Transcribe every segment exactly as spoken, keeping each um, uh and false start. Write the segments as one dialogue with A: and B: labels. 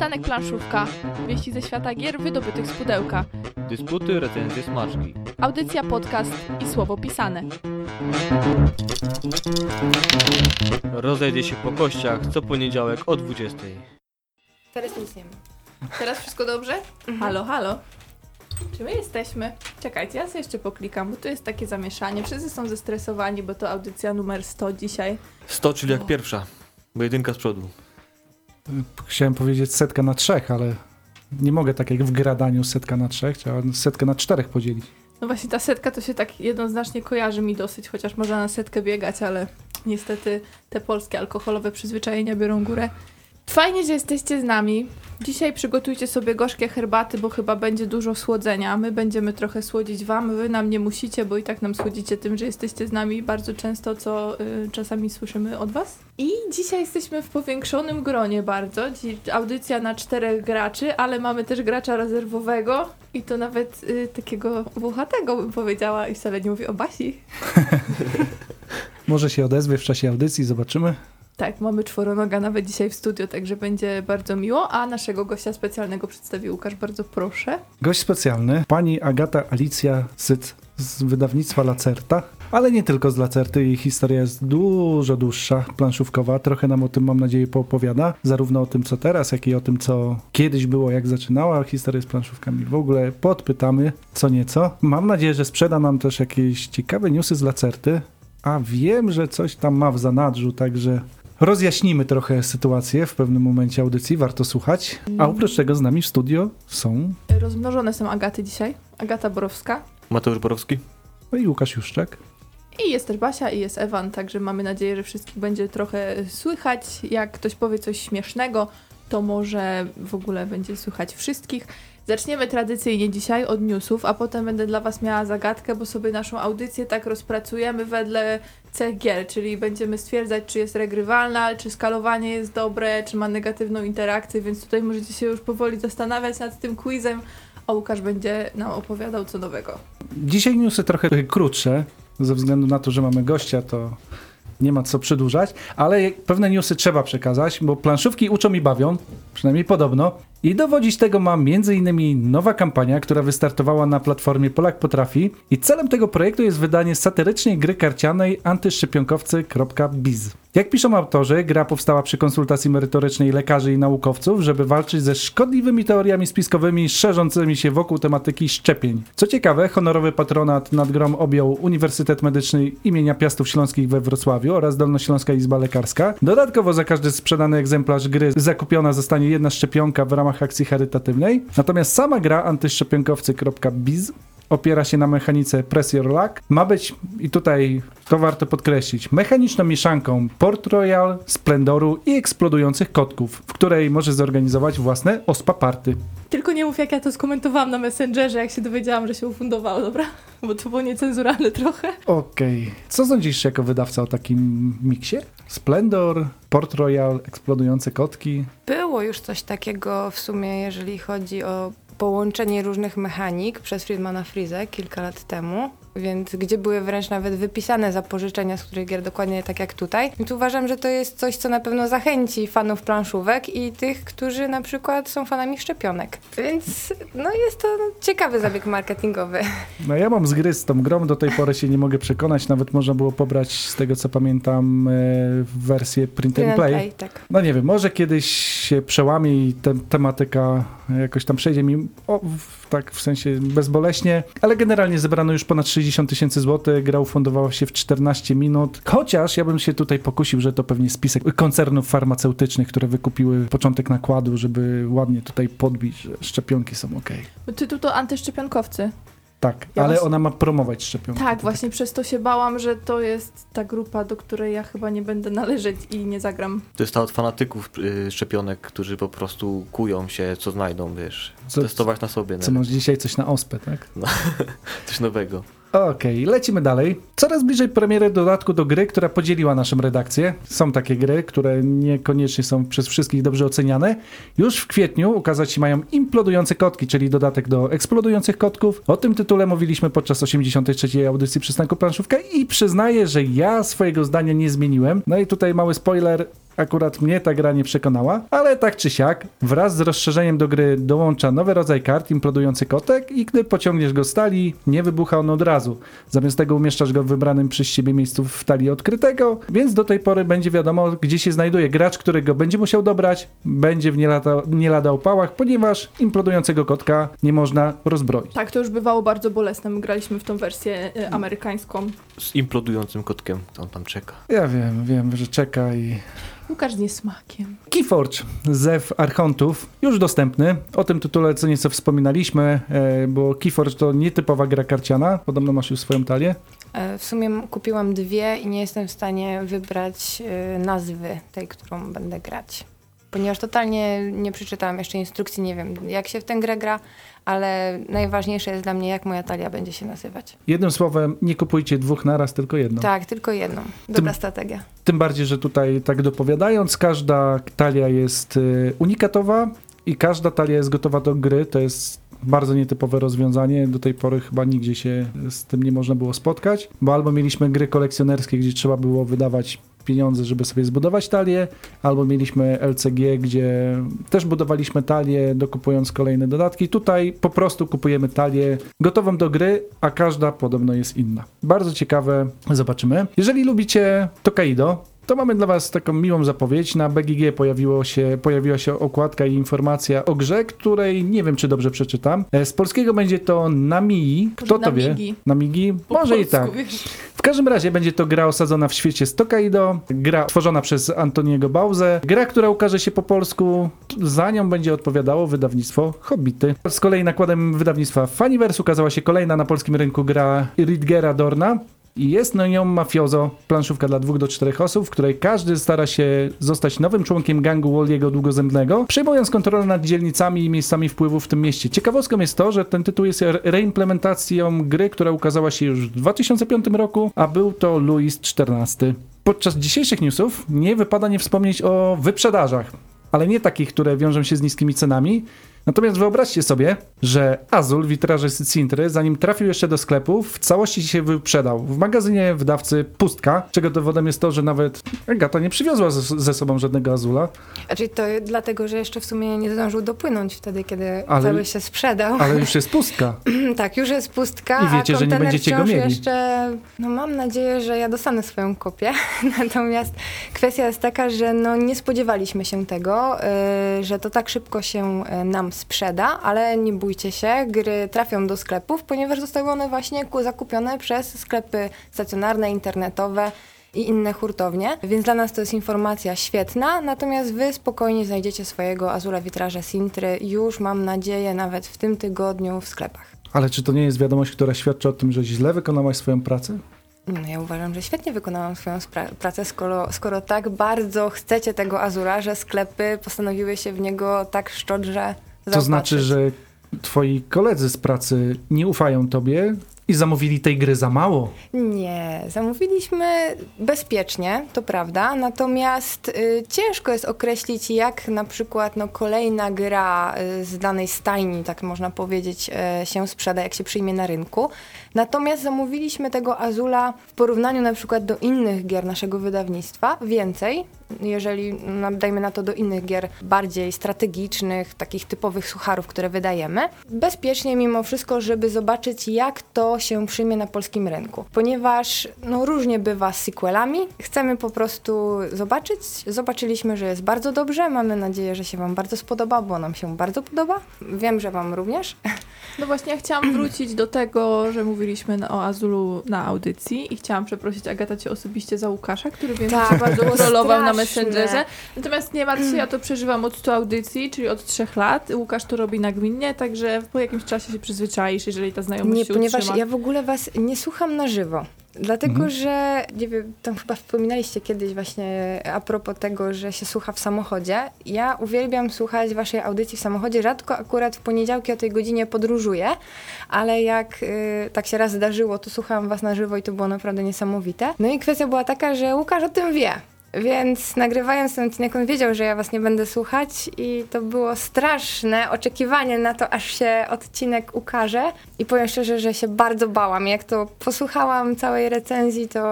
A: Przystanek Planszówka. Wieści ze świata gier wydobytych z pudełka.
B: Dysputy, recenzje, smaczki.
A: Audycja, podcast i słowo pisane.
B: Rozejdzie się po kościach co poniedziałek o dwudziestej.
C: Teraz nic nie ma.
A: Teraz wszystko dobrze? Mhm. Halo, halo. Czy my jesteśmy? Czekajcie, ja sobie jeszcze poklikam, bo tu jest takie zamieszanie. Wszyscy są zestresowani, bo to audycja numer sto dzisiaj.
B: sto, czyli jak pierwsza, bo jedynka z przodu.
D: Chciałem powiedzieć setka na trzech, ale nie mogę tak jak w gradaniu setka na trzech, trzeba setkę na czterech podzielić.
A: No właśnie ta setka to się tak jednoznacznie kojarzy mi dosyć, chociaż można na setkę biegać, ale niestety te polskie alkoholowe przyzwyczajenia biorą górę. Fajnie, że jesteście z nami. Dzisiaj przygotujcie sobie gorzkie herbaty, bo chyba będzie dużo słodzenia. My będziemy trochę słodzić wam, wy nam nie musicie, bo i tak nam słodzicie tym, że jesteście z nami bardzo często, co y, czasami słyszymy od was. I dzisiaj jesteśmy w powiększonym gronie bardzo. Dzi- audycja na czterech graczy, ale mamy też gracza rezerwowego i to nawet y, takiego włochatego bym powiedziała i wcale nie mówię o Basi.
D: Może się odezwie w czasie audycji, zobaczymy.
A: Tak, mamy czworonoga nawet dzisiaj w studio, także będzie bardzo miło, a naszego gościa specjalnego przedstawi Łukasz, bardzo proszę.
D: Gość specjalny, pani Agata Alicja Syc z wydawnictwa Lacerta, ale nie tylko z Lacerty, jej historia jest dużo dłuższa, planszówkowa, trochę nam o tym, mam nadzieję, poopowiada, zarówno o tym, co teraz, jak i o tym, co kiedyś było, jak zaczynała historię z planszówkami. W ogóle podpytamy co nieco. Mam nadzieję, że sprzeda nam też jakieś ciekawe newsy z Lacerty, a wiem, że coś tam ma w zanadrzu, także rozjaśnimy trochę sytuację w pewnym momencie audycji, warto słuchać. A oprócz tego z nami w studio są...
A: Rozmnożone są Agaty dzisiaj. Agata Borowska.
B: Mateusz Borowski.
D: No i Łukasz Juszczak.
A: I jest też Basia i jest Ewan, także mamy nadzieję, że wszystkich będzie trochę słychać. Jak ktoś powie coś śmiesznego, to może w ogóle będzie słychać wszystkich. Zaczniemy tradycyjnie dzisiaj od newsów, a potem będę dla was miała zagadkę, bo sobie naszą audycję tak rozpracujemy wedle cech gier, czyli będziemy stwierdzać, czy jest regrywalna, czy skalowanie jest dobre, czy ma negatywną interakcję, więc tutaj możecie się już powoli zastanawiać nad tym quizem, a Łukasz będzie nam opowiadał co nowego.
D: Dzisiaj newsy trochę krótsze, ze względu na to, że mamy gościa, to nie ma co przedłużać, ale pewne newsy trzeba przekazać, bo planszówki uczą i bawią, przynajmniej podobno. I dowodzić tego ma między innymi nowa kampania, która wystartowała na platformie Polak Potrafi i celem tego projektu jest wydanie satyrycznej gry karcianej antyszczepionkowcy kropka biz. Jak piszą autorzy, gra powstała przy konsultacji merytorycznej lekarzy i naukowców, żeby walczyć ze szkodliwymi teoriami spiskowymi szerzącymi się wokół tematyki szczepień. Co ciekawe, honorowy patronat nad grą objął Uniwersytet Medyczny imienia Piastów Śląskich we Wrocławiu oraz Dolnośląska Izba Lekarska. Dodatkowo za każdy sprzedany egzemplarz gry zakupiona zostanie jedna szczepionka w ramach akcji charytatywnej. Natomiast sama gra antyszczepionkowcy kropka biz opiera się na mechanice Press Your Luck. Ma być, i tutaj to warto podkreślić, mechaniczną mieszanką Port Royal, Splendoru i eksplodujących kotków, w której może zorganizować własne ospa party.
A: Tylko nie mów, jak ja to skomentowałam na Messengerze, jak się dowiedziałam, że się ufundowało, dobra? Bo to było niecenzuralne trochę.
D: Okej. Okay. Co sądzisz jako wydawca o takim miksie? Splendor, Port Royal, eksplodujące kotki.
C: Było już coś takiego w sumie, jeżeli chodzi o połączenie różnych mechanik przez Friedmana Freeze kilka lat temu, więc gdzie były wręcz nawet wypisane zapożyczenia, z których gier dokładnie tak jak tutaj. Więc uważam, że to jest coś, co na pewno zachęci fanów planszówek i tych, którzy na przykład są fanami szczepionek. Więc no jest to ciekawy zabieg marketingowy.
D: No ja mam zgryz z tą grą, do tej pory się nie mogę przekonać, nawet można było pobrać z tego co pamiętam e, wersję print and play.
C: play tak.
D: No nie wiem, może kiedyś się przełamie i te, tematyka jakoś tam przejdzie mi o, w, tak w sensie bezboleśnie, ale generalnie zebrano już ponad sześćdziesiąt tysięcy złotych, gra ufundowała się w czternaście minut, chociaż ja bym się tutaj pokusił, że to pewnie spisek koncernów farmaceutycznych, które wykupiły początek nakładu, żeby ładnie tutaj podbić, że szczepionki są okej.
A: Bo tytuł to Antyszczepionkowcy.
D: Tak,
A: Ja
D: ale
A: właśnie...
D: ona ma promować szczepionki.
A: Tak, właśnie tak. Przez to się bałam, że to jest ta grupa, do której ja chyba nie będę należeć i nie zagram.
B: To jest ta od fanatyków y, szczepionek, którzy po prostu kują się, co znajdą, wiesz,
D: Co,
B: testować na sobie.
D: Co masz dzisiaj coś na ospę, tak?
B: No, coś nowego.
D: Okej, okay, lecimy dalej. Coraz bliżej premiery dodatku do gry, która podzieliła naszą redakcję. Są takie gry, które niekoniecznie są przez wszystkich dobrze oceniane. Już w kwietniu ukazać się mają Implodujące Kotki, czyli dodatek do eksplodujących kotków. O tym tytule mówiliśmy podczas osiemdziesiątej trzeciej audycji Przystanku Planszówka i przyznaję, że ja swojego zdania nie zmieniłem. No i tutaj mały spoiler. Akurat mnie ta gra nie przekonała, ale tak czy siak, wraz z rozszerzeniem do gry dołącza nowy rodzaj kart, implodujący kotek i gdy pociągniesz go z talii, nie wybucha on od razu. Zamiast tego umieszczasz go w wybranym przez siebie miejscu w talii odkrytego, więc do tej pory będzie wiadomo, gdzie się znajduje gracz, który go będzie musiał dobrać, będzie w nie lada, nie lada opałach, ponieważ implodującego kotka nie można rozbroić.
A: Tak, to już bywało bardzo bolesne. My graliśmy w tą wersję y, amerykańską.
B: Z implodującym kotkiem, to on tam czeka.
D: Ja wiem, wiem, że czeka i...
A: Łukasz z niesmakiem.
D: Keyforge, zew Archontów, już dostępny. O tym tytule co nieco wspominaliśmy, e, bo Keyforge to nietypowa gra karciana. Podobno masz już swoją talię.
C: E, W sumie m- kupiłam dwie i nie jestem w stanie wybrać e, nazwy tej, którą będę grać. Ponieważ totalnie nie przeczytałam jeszcze instrukcji, nie wiem jak się w tę grę gra, ale najważniejsze jest dla mnie, jak moja talia będzie się nazywać.
D: Jednym słowem, nie kupujcie dwóch naraz, tylko jedną.
C: Tak, tylko jedną. Dobra strategia.
D: Tym bardziej, że tutaj tak dopowiadając, każda talia jest y, unikatowa i każda talia jest gotowa do gry. To jest bardzo nietypowe rozwiązanie. Do tej pory chyba nigdzie się z tym nie można było spotkać, bo albo mieliśmy gry kolekcjonerskie, gdzie trzeba było wydawać pieniądze, żeby sobie zbudować talię, albo mieliśmy L C G, gdzie też budowaliśmy talię, dokupując kolejne dodatki. Tutaj po prostu kupujemy talię gotową do gry, a każda podobno jest inna. Bardzo ciekawe, zobaczymy. Jeżeli lubicie Tokaido, to mamy dla was taką miłą zapowiedź. Na B G G pojawiło się, pojawiła się okładka i informacja o grze, której nie wiem, czy dobrze przeczytam. E, Z polskiego będzie to Namii. Kto to wie?
A: Namigi.
D: Namigi?
A: Po
D: Może i
A: polsku,
D: tak.
A: wiesz.
D: W każdym razie będzie to gra osadzona w świecie z Tokaido, gra tworzona przez Antoniego Bałzę, gra, która ukaże się po polsku, za nią będzie odpowiadało wydawnictwo Hobbity. Z kolei nakładem wydawnictwa Faniverse ukazała się kolejna na polskim rynku gra Rüdgera Dorna. I jest no nią Mafioso, planszówka dla dwóch do czterech osób, w której każdy stara się zostać nowym członkiem gangu Walliego Długozębnego, przejmując kontrolę nad dzielnicami i miejscami wpływu w tym mieście. Ciekawostką jest to, że ten tytuł jest re- reimplementacją gry, która ukazała się już w dwa tysiące piątym roku, a był to Louis czternasty. Podczas dzisiejszych newsów nie wypada nie wspomnieć o wyprzedażach, ale nie takich, które wiążą się z niskimi cenami. Natomiast wyobraźcie sobie, że Azul Witraże Sintry, zanim trafił jeszcze do sklepów, w całości się wyprzedał. W magazynie wydawcy pustka, czego dowodem jest to, że nawet Agata nie przywiozła ze, ze sobą żadnego Azula,
C: Znaczy to dlatego, że jeszcze w sumie nie zdążył dopłynąć wtedy, kiedy
D: Ale-
C: cały się sprzedał.
D: ale już jest pustka.
C: Tak, już jest pustka,
D: I wiecie,
C: a
D: że nie
C: kontener
D: będziecie go
C: wciąż
D: mieli.
C: jeszcze, no mam nadzieję, że ja dostanę swoją kopię. Natomiast kwestia jest taka, że no nie spodziewaliśmy się tego, y, że to tak szybko się y, nam sprzeda, ale nie bójcie się, gry trafią do sklepów, ponieważ zostały one właśnie ku- zakupione przez sklepy stacjonarne, internetowe i inne hurtownie, więc dla nas to jest informacja świetna, natomiast wy spokojnie znajdziecie swojego Azula Witraże Sintry już, mam nadzieję, nawet w tym tygodniu w sklepach.
D: Ale czy to nie jest wiadomość, która świadczy o tym, że źle wykonałaś swoją pracę?
C: No ja uważam, że świetnie wykonałam swoją spra- pracę, skoro, skoro tak bardzo chcecie tego Azura, że sklepy postanowiły się w niego tak szczodrze zaopatrzyć.
D: To znaczy, że twoi koledzy z pracy nie ufają tobie i zamówili tej gry za mało.
C: Nie, zamówiliśmy bezpiecznie, to prawda, natomiast y, ciężko jest określić, jak na przykład no, kolejna gra y, z danej stajni, tak można powiedzieć, y, się sprzeda, jak się przyjmie na rynku. Natomiast zamówiliśmy tego Azula w porównaniu na przykład do innych gier naszego wydawnictwa więcej, jeżeli no, dajmy na to do innych gier bardziej strategicznych, takich typowych sucharów, które wydajemy. Bezpiecznie mimo wszystko, żeby zobaczyć, jak to się przyjmie na polskim rynku. Ponieważ no, różnie bywa z sequelami. Chcemy po prostu zobaczyć. Zobaczyliśmy, że jest bardzo dobrze. Mamy nadzieję, że się wam bardzo spodoba, bo nam się bardzo podoba. Wiem, że wam również.
A: No właśnie, ja chciałam wrócić do tego, że mówiliśmy na- o Azulu na audycji i chciałam przeprosić Agatę cię osobiście za Łukasza, który wiem,
C: Tak,
A: że cię bardzo
C: było
A: trollował na
C: straszne.
A: Messengerze. Natomiast nie martw się, ja to przeżywam od stu audycji, czyli od trzech lat. Łukasz to robi nagminnie, także po jakimś czasie się przyzwyczaisz, jeżeli ta znajomość
C: Nie,
A: się
C: ponieważ
A: utrzyma.
C: ja w ogóle was nie słucham na żywo. Dlatego,
D: Mhm.
C: że nie wiem, tam chyba wspominaliście kiedyś właśnie a propos tego, że się słucha w samochodzie. Ja uwielbiam słuchać waszej audycji w samochodzie. Rzadko akurat w poniedziałki o tej godzinie podróżuję, ale jak y, tak się raz zdarzyło, to słuchałam was na żywo i to było naprawdę niesamowite. No i kwestia była taka, że Łukasz o tym wie. Więc nagrywając ten odcinek, on wiedział, że ja was nie będę słuchać i to było straszne oczekiwanie na to, aż się odcinek ukaże. I powiem szczerze, że się bardzo bałam. Jak to posłuchałam całej recenzji, to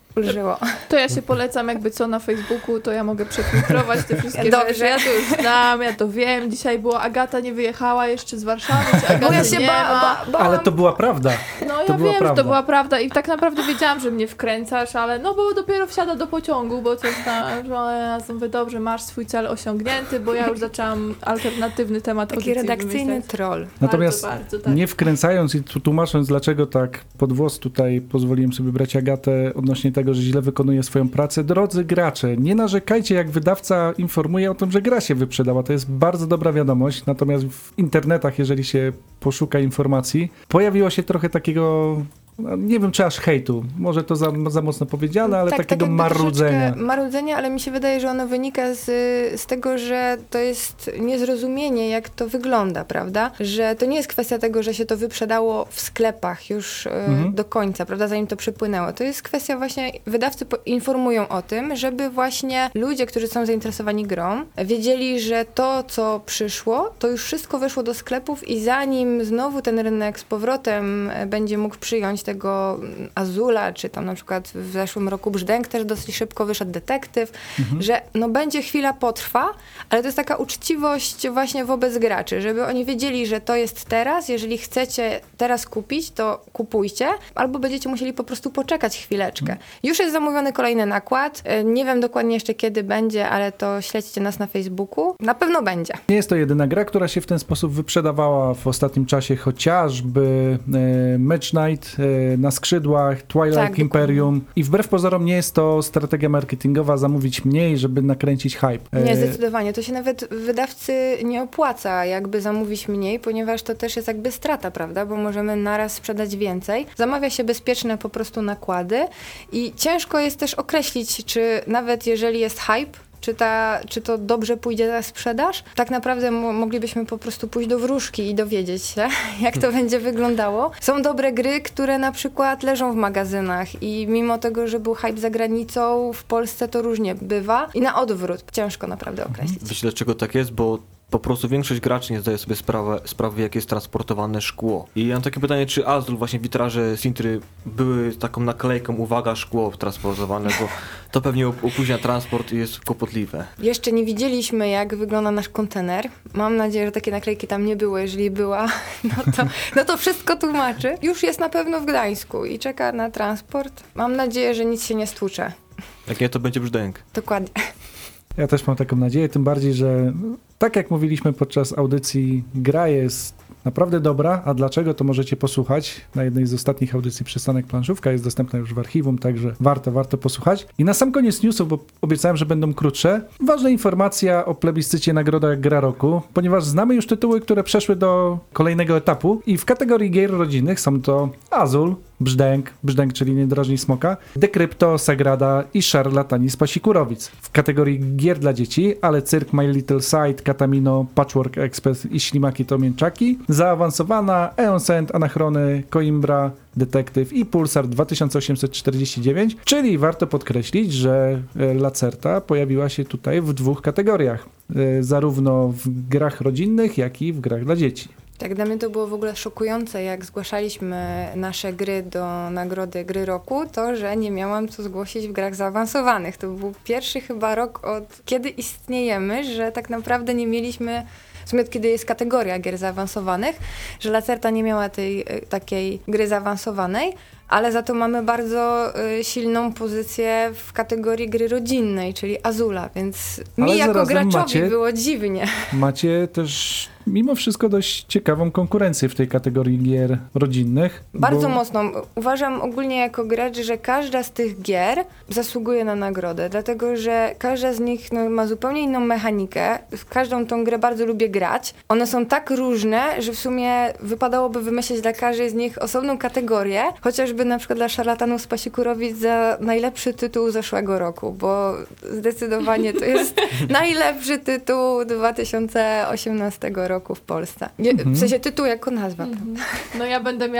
C: ulżyło.
A: To ja się polecam jakby co na Facebooku, to ja mogę przefiltrować te wszystkie
C: Dobrze.
A: rzeczy. Ja to już znam, ja to wiem. Dzisiaj było Agata nie wyjechała jeszcze z Warszawy, czy
C: Bo ja
A: Agaty
C: się
A: nie
C: ba-
A: ma.
C: ba- bałam.
D: Ale to była prawda.
A: No
D: to
A: ja
D: była
A: wiem,
D: prawda.
A: że to była prawda i tak naprawdę wiedziałam, że mnie wkręcasz, ale no bo dopiero wsiada do pociągu, bo coś tam, że ja mówię, dobrze, masz swój cel osiągnięty, bo ja już zaczęłam alternatywny temat
C: Taki
A: audycji
C: redakcyjny
A: wymyślać.
C: troll.
D: Natomiast
A: bardzo, bardzo, tak.
D: nie wkręcając i tu tłumacząc, dlaczego tak pod włos tutaj pozwoliłem sobie brać Agatę odnośnie tego, że źle wykonuje swoją pracę. Drodzy gracze, nie narzekajcie, jak wydawca informuje o tym, że gra się wyprzedała. To jest bardzo dobra wiadomość. Natomiast w internetach, jeżeli się poszuka informacji, pojawiło się trochę takiego, no, nie wiem czy aż hejtu, może to za, za mocno powiedziane, ale takiego
C: jakby
D: marudzenia.
C: troszeczkę Marudzenia, ale mi się wydaje, że ono wynika z, z tego, że to jest niezrozumienie, jak to wygląda, prawda? Że to nie jest kwestia tego, że się to wyprzedało w sklepach już e,
D: Mhm.
C: do końca, prawda, zanim to przypłynęło. To jest kwestia właśnie, wydawcy po- informują o tym, żeby właśnie ludzie, którzy są zainteresowani grą, wiedzieli, że to, co przyszło, to już wszystko weszło do sklepów i zanim znowu ten rynek z powrotem e, będzie mógł przyjąć tego mm, Azula, czy tam na przykład w zeszłym roku Brzdęk też dosyć szybko wyszedł, Detektyw, że no będzie chwila potrwa, ale to jest taka uczciwość właśnie wobec graczy, żeby oni wiedzieli, że to jest teraz, jeżeli chcecie teraz kupić, to kupujcie, albo będziecie musieli po prostu poczekać chwileczkę. Już jest zamówiony kolejny nakład, e, nie wiem dokładnie jeszcze kiedy będzie, ale to śledźcie nas na Facebooku, na pewno będzie.
D: Nie jest to jedyna gra, która się w ten sposób wyprzedawała w ostatnim czasie, chociażby e, Match Night e, na skrzydłach, Twilight
C: Tak,
D: Imperium i wbrew pozorom nie jest to strategia marketingowa zamówić mniej, żeby nakręcić hype. E,
C: Nie, zdecydowanie. To się nawet wydawcy nie opłaca jakby zamówić mniej, ponieważ to też jest jakby strata, prawda? Bo możemy naraz sprzedać więcej. Zamawia się bezpieczne po prostu nakłady i ciężko jest też określić, czy nawet jeżeli jest hype, czy, ta, czy to dobrze pójdzie ta sprzedaż? Tak naprawdę mo- moglibyśmy po prostu pójść do wróżki i dowiedzieć się, jak to będzie wyglądało. Są dobre gry, które na przykład leżą w magazynach i mimo tego, że był hype za granicą, w Polsce to różnie bywa i na odwrót. Ciężko naprawdę określić.
B: Wiecie dlaczego tak jest? Bo po prostu większość graczy nie zdaje sobie sprawy, sprawy jak jest transportowane szkło. I ja mam takie pytanie, czy Azul, właśnie witraże Sintry były taką naklejką, uwaga, szkło transportowane, bo to pewnie opóźnia transport i jest kłopotliwe.
C: Jeszcze nie widzieliśmy, jak wygląda nasz kontener. Mam nadzieję, że takie naklejki tam nie było. Jeżeli była, no to, no to wszystko tłumaczy. Już jest na pewno w Gdańsku i czeka na transport. Mam nadzieję, że nic się nie stłucze.
B: Jak nie, to będzie brzdęk.
C: Dokładnie.
D: Ja też mam taką nadzieję, tym bardziej, że no, tak jak mówiliśmy podczas audycji, gra jest naprawdę dobra, a dlaczego to możecie posłuchać na jednej z ostatnich audycji Przystanek Planszówka, jest dostępna już w archiwum, także warto, warto posłuchać. I na sam koniec newsów, bo obiecałem, że będą krótsze, ważna informacja o plebiscycie Nagroda Gra Roku, ponieważ znamy już tytuły, które przeszły do kolejnego etapu i w kategorii gier rodzinnych są to Azul, Brzdęk, Brzdęk, czyli Niedrażni Smoka, Decrypto, Sagrada i Szarlatani z Pasikurowic. W kategorii gier dla dzieci, ale Cyrk, My Little Sight, Katamino, Patchwork Express i Ślimaki to Mięczaki. Zaawansowana, Eon Send, Anachrony, Coimbra, Detektyw i Pulsar dwa tysiące osiemset czterdzieści dziewięć, czyli warto podkreślić, że e, Lacerta pojawiła się tutaj w dwóch kategoriach, e, zarówno w grach rodzinnych, jak i w grach dla dzieci.
C: Tak, dla mnie to było w ogóle szokujące, jak zgłaszaliśmy nasze gry do Nagrody Gry Roku, to, że nie miałam co zgłosić w grach zaawansowanych. To był pierwszy chyba rok od kiedy istniejemy, że tak naprawdę nie mieliśmy, w sumie od kiedy jest kategoria gier zaawansowanych, że Lacerta nie miała tej y, takiej gry zaawansowanej, ale za to mamy bardzo y, silną pozycję w kategorii gry rodzinnej, czyli Azula, więc
D: Ale
C: mi jako
D: zarazem
C: graczowi
D: macie-
C: było dziwnie.
D: Macie też mimo wszystko dość ciekawą konkurencję w tej kategorii gier rodzinnych.
C: Bardzo
D: bo...
C: mocno. Uważam ogólnie jako gracz, że każda z tych gier zasługuje na nagrodę, dlatego że każda z nich no, ma zupełnie inną mechanikę. W każdą tą grę bardzo lubię grać. One są tak różne, że w sumie wypadałoby wymyślić dla każdej z nich osobną kategorię, chociażby na przykład dla Szarlatanów z Pasikurowic za najlepszy tytuł zeszłego roku, bo zdecydowanie to jest najlepszy tytuł dwa tysiące osiemnastego roku w Polsce. Nie, w sensie tytuł jako nazwa.
A: No ja będę miała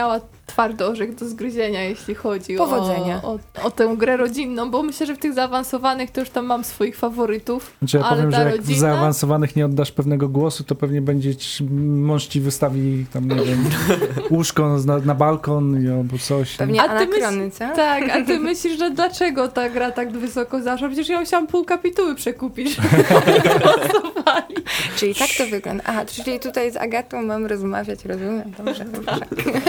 A: twardy orzech do zgryzienia, jeśli chodzi
C: Powodzenia.
A: o, o, o tę grę rodzinną, bo myślę, że w tych zaawansowanych to już tam mam swoich faworytów.
D: Znaczy ja
A: ale
D: powiem,
A: ta
D: że jak
A: rodzina...
D: w zaawansowanych nie oddasz pewnego głosu, to pewnie będzie ci, mąż ci wystawi tam, nie wiem, łóżko na, na balkon i albo coś.
C: Pewnie
A: A ty
C: anakrony, co?
A: Tak, a ty myślisz, że dlaczego ta gra tak wysoko zaszła? Przecież ja musiałam pół kapituły przekupić. Głosowali.
C: Czyli tak to wygląda. Aha, czyli tutaj z Agatą mam rozmawiać, rozumiem. Dobrze, dobrze.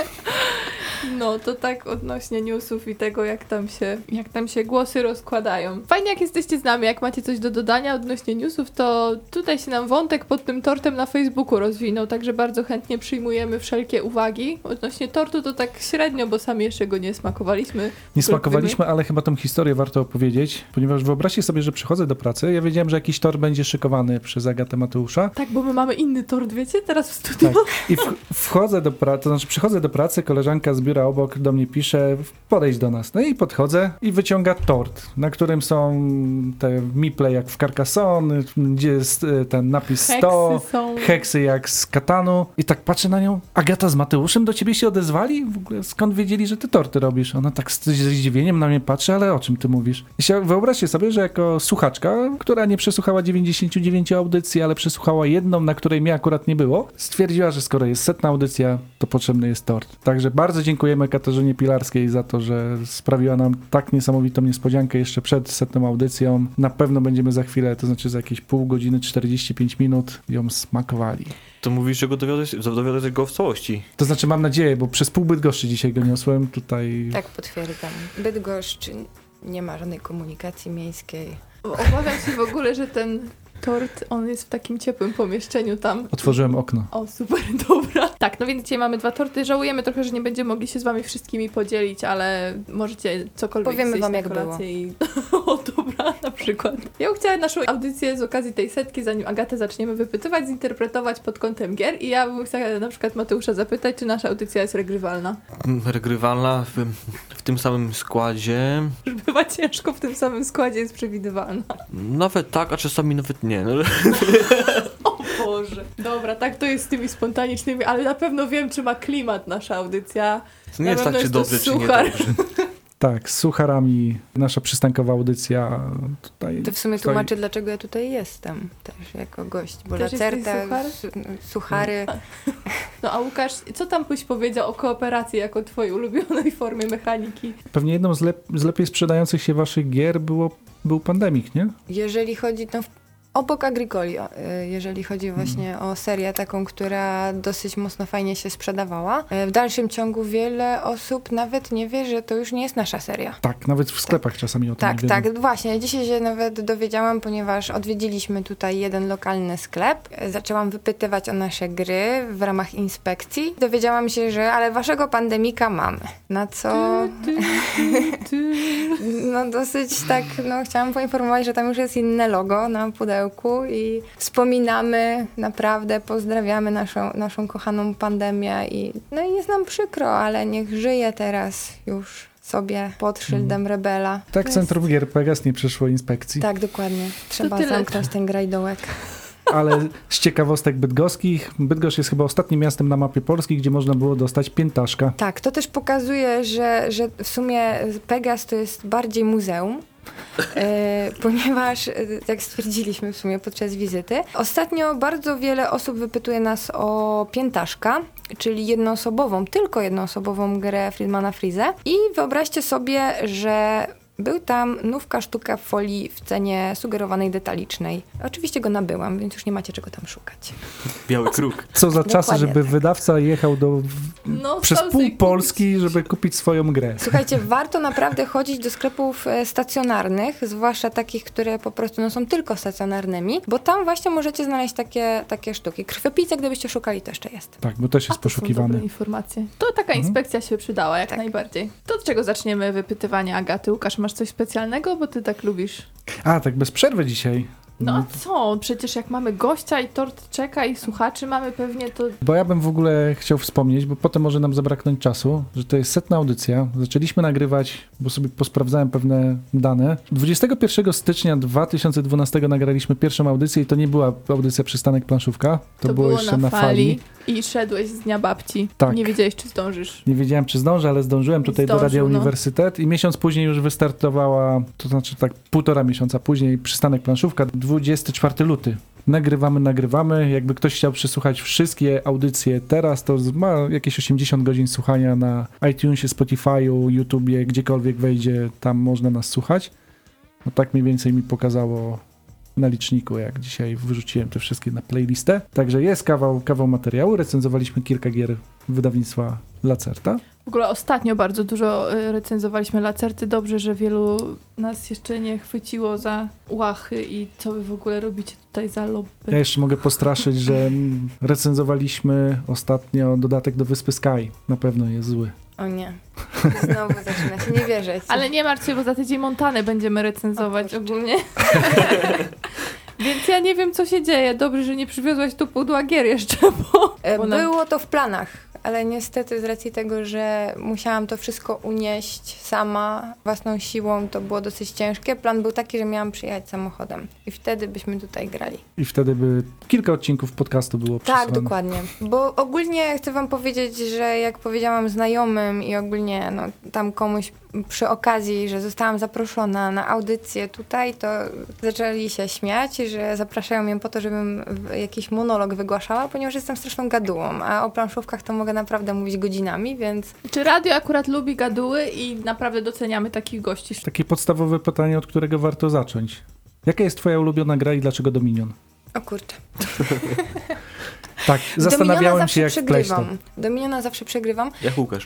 A: No, to tak odnośnie newsów i tego, jak tam się, jak tam się głosy rozkładają. Fajnie, jak jesteście z nami, jak macie coś do dodania odnośnie newsów, to tutaj się nam wątek pod tym tortem na Facebooku rozwinął, także bardzo chętnie przyjmujemy wszelkie uwagi. Odnośnie tortu to tak średnio, bo sami jeszcze go nie smakowaliśmy.
D: Nie smakowaliśmy, ale chyba tą historię warto opowiedzieć, ponieważ wyobraźcie sobie, że przychodzę do pracy, ja wiedziałem, że jakiś tort będzie szykowany przez Agatę Mateusza.
A: Tak, bo my mamy inny tort, wiecie, teraz w studiu.
D: Tak. I w, wchodzę do pracy, to znaczy przychodzę do pracy, koleżanka z biura obok do mnie pisze, podejdź do nas. No i podchodzę i wyciąga tort, na którym są te miple jak w Carcassonne, gdzie jest e, ten napis sto,
A: Heksy są.
D: heksy jak z Katanu. I tak patrzę na nią, Agata z Mateuszem do ciebie się odezwali? W ogóle skąd wiedzieli, że ty torty robisz? Ona tak z, ze zdziwieniem na mnie patrzy, ale o czym ty mówisz? I się, wyobraźcie sobie, że jako słuchaczka, która nie przesłuchała dziewięćdziesięciu dziewięciu audycji, ale przesłuchała jedną, na której mnie akurat nie było, stwierdziła, że skoro jest setna audycja, to potrzebny jest tort. Także bardzo dziękujemy Katarzynie Pilarskiej za to, że sprawiła nam tak niesamowitą niespodziankę jeszcze przed setną audycją. Na pewno będziemy za chwilę, to znaczy za jakieś pół godziny, czterdzieści pięć minut ją smakowali.
B: To mówisz, że go dowiodłeś, dowiodłeś go w całości.
D: To znaczy mam nadzieję, bo przez pół Bydgoszczy dzisiaj go niosłem tutaj.
C: Tak, potwierdzam. Bydgoszcz nie ma żadnej komunikacji miejskiej.
A: Obawiam się w ogóle, że ten tort, on jest w takim ciepłym pomieszczeniu tam.
D: Otworzyłem okno.
A: O, super, dobra. Tak, no więc dzisiaj mamy dwa torty. Żałujemy trochę, że nie będziemy mogli się z wami wszystkimi podzielić, ale możecie cokolwiek
C: Powiemy
A: zjeść
C: wam,
A: na
C: jak
A: kolację i... O, dobra, na przykład. Ja bym chciała naszą audycję z okazji tej setki, zanim Agatę zaczniemy wypytywać, zinterpretować pod kątem gier i ja bym chciała na przykład Mateusza zapytać, czy nasza audycja jest regrywalna.
B: Regrywalna w, w tym samym składzie.
A: Że bywa ciężko w tym samym składzie jest przewidywalna.
B: Nawet tak, a czasami nawet nie. No,
A: O Boże. Dobra, tak to jest z tymi spontanicznymi, ale na pewno wiem, czy ma klimat nasza audycja.
B: to nie
A: Na
B: jest
A: pewno
B: tak, czy
A: jest to
B: dobrze, czy nie
A: suchar.
B: dobrze.
D: Tak, z sucharami nasza przystankowa audycja tutaj
C: To w sumie
D: stoi.
C: tłumaczy, dlaczego ja tutaj jestem też jako gość, bo
A: Też jesteś
C: lacerta,
A: suchar?
C: su- suchary.
A: No a Łukasz, co tam byś powiedział o kooperacji jako twojej ulubionej formie mechaniki?
D: Pewnie jedną z, lep- z lepiej sprzedających się waszych gier było, był Pandemic, nie?
C: Jeżeli chodzi, no, w- obok Agricoli, o, y, jeżeli chodzi właśnie o serię taką, która dosyć mocno fajnie się sprzedawała. Y, W dalszym ciągu wiele osób nawet nie wie, że to już nie jest nasza seria.
D: Tak, nawet w sklepach czasami o tym
C: Tak,
D: nie wiemy.
C: tak, właśnie. Dzisiaj się nawet dowiedziałam, ponieważ odwiedziliśmy tutaj jeden lokalny sklep. Zaczęłam wypytywać o nasze gry w ramach inspekcji. Dowiedziałam się, że ale waszego pandemika mamy. Na co
A: Ty, ty, ty.
C: no dosyć tak, no chciałam poinformować, że tam już jest inne logo na pudełku i wspominamy naprawdę, pozdrawiamy naszą, naszą kochaną pandemię i no i jest nam przykro, ale niech żyje teraz już sobie pod szyldem rebela.
D: Tak,
A: To
D: Centrum Gier Pegas nie przeszło inspekcji,
C: Tak, dokładnie. Trzeba
A: tyle.
C: zamknąć ten grajdołek.
D: ale z ciekawostek bydgoskich, Bydgoszcz jest chyba ostatnim miastem na mapie Polski, gdzie można było dostać piętaszka.
C: Tak, to też pokazuje, że, że w sumie Pegas to jest bardziej muzeum. E, ponieważ, e, jak stwierdziliśmy w sumie podczas wizyty, ostatnio bardzo wiele osób wypytuje nas o Piętaszka, czyli jednoosobową, tylko jednoosobową grę Friedmana Freeze. I wyobraźcie sobie, że był tam nówka sztuka w folii w cenie sugerowanej detalicznej. Oczywiście go nabyłam, więc już nie macie czego tam szukać.
B: Biały kruk.
D: Co za czasy,
C: Dokładnie
D: żeby
C: tak.
D: wydawca jechał do,
A: No,
D: przez
A: stał
D: pół
A: sobie
D: Polski, żeby kupić swoją grę.
C: Słuchajcie, warto naprawdę chodzić do sklepów e, stacjonarnych, zwłaszcza takich, które po prostu no, są tylko stacjonarnymi, bo tam właśnie możecie znaleźć takie, takie sztuki. Krwiopijce, gdybyście szukali, to jeszcze jest.
D: Tak, bo też
A: A
D: jest
A: to są dobre
D: poszukiwany.
A: informacje. To taka inspekcja się przydała, jak
C: Tak.
A: najbardziej. To od czego zaczniemy wypytywanie Agaty? Łukasz, masz coś specjalnego, bo ty tak lubisz?
D: A, tak bez przerwy dzisiaj.
A: No a co? Przecież jak mamy gościa i tort czeka i słuchaczy mamy pewnie, to
D: Bo ja bym w ogóle chciał wspomnieć, bo potem może nam zabraknąć czasu, że to jest setna audycja. Zaczęliśmy nagrywać, bo sobie posprawdzałem pewne dane. dwudziestego pierwszego stycznia dwa tysiące dwunastego nagraliśmy pierwszą audycję i to nie była audycja Przystanek Planszówka. To,
A: to
D: było,
A: było
D: jeszcze
A: na fali i szedłeś z dnia babci.
D: Tak.
A: Nie wiedziałeś, czy zdążysz.
D: Nie wiedziałem, czy zdążę, ale zdążyłem tutaj
A: Zdążył,
D: do Radia
A: no.
D: Uniwersytet i miesiąc później już wystartowała, to znaczy tak półtora miesiąca później Przystanek Planszówka, dwudziestego czwartego luty. Nagrywamy, nagrywamy. Jakby ktoś chciał przesłuchać wszystkie audycje teraz, to ma jakieś osiemdziesiąt godzin słuchania na iTunesie, Spotify'u, YouTubie, gdziekolwiek wejdzie, tam można nas słuchać. No tak mniej więcej mi pokazało na liczniku, jak dzisiaj wyrzuciłem te wszystkie na playlistę. Także jest kawał, kawał materiału. Recenzowaliśmy kilka gier wydawnictwa Lacerta.
A: W ogóle ostatnio bardzo dużo y, recenzowaliśmy Lacerty. Dobrze, że wielu nas jeszcze nie chwyciło za łachy i co wy w ogóle robicie tutaj za lobby.
D: Ja jeszcze mogę postraszyć, że mm, recenzowaliśmy ostatnio dodatek do Wyspy Sky. Na pewno jest zły.
C: O nie. Znowu zaczyna się nie wierzyć.
A: Ale nie martw się, bo za tydzień Montanę będziemy recenzować
C: O,
A: ogólnie. Więc ja nie wiem, co się dzieje. Dobrze, że nie przywiozłaś tu pudła gier jeszcze, bo...
C: E,
A: bo nam-
C: Było to w planach, ale niestety z racji tego, że musiałam to wszystko unieść sama, własną siłą, to było dosyć ciężkie. Plan był taki, że miałam przyjechać samochodem i wtedy byśmy tutaj grali.
D: I wtedy by kilka odcinków podcastu było
C: Tak,
D: przesłane.
C: dokładnie. Bo ogólnie chcę wam powiedzieć, że jak powiedziałam znajomym i ogólnie no, tam komuś przy okazji, że zostałam zaproszona na audycję tutaj, to zaczęli się śmiać, że zapraszają mnie po to, żebym w- jakiś monolog wygłaszała, ponieważ jestem straszną gadułą, a o planszówkach to mogę naprawdę mówić godzinami, więc
A: Czy radio akurat lubi gaduły i naprawdę doceniamy takich gości.
D: Takie podstawowe pytanie, od którego warto zacząć. Jaka jest twoja ulubiona gra i dlaczego Dominion?
C: o kurczę.
D: Tak,
C: Dominiona
D: zastanawiałem
C: zawsze
D: się jak
C: przegrywam.
D: PlayStation.
C: Dominiona zawsze przegrywam,
B: Jak Łukasz.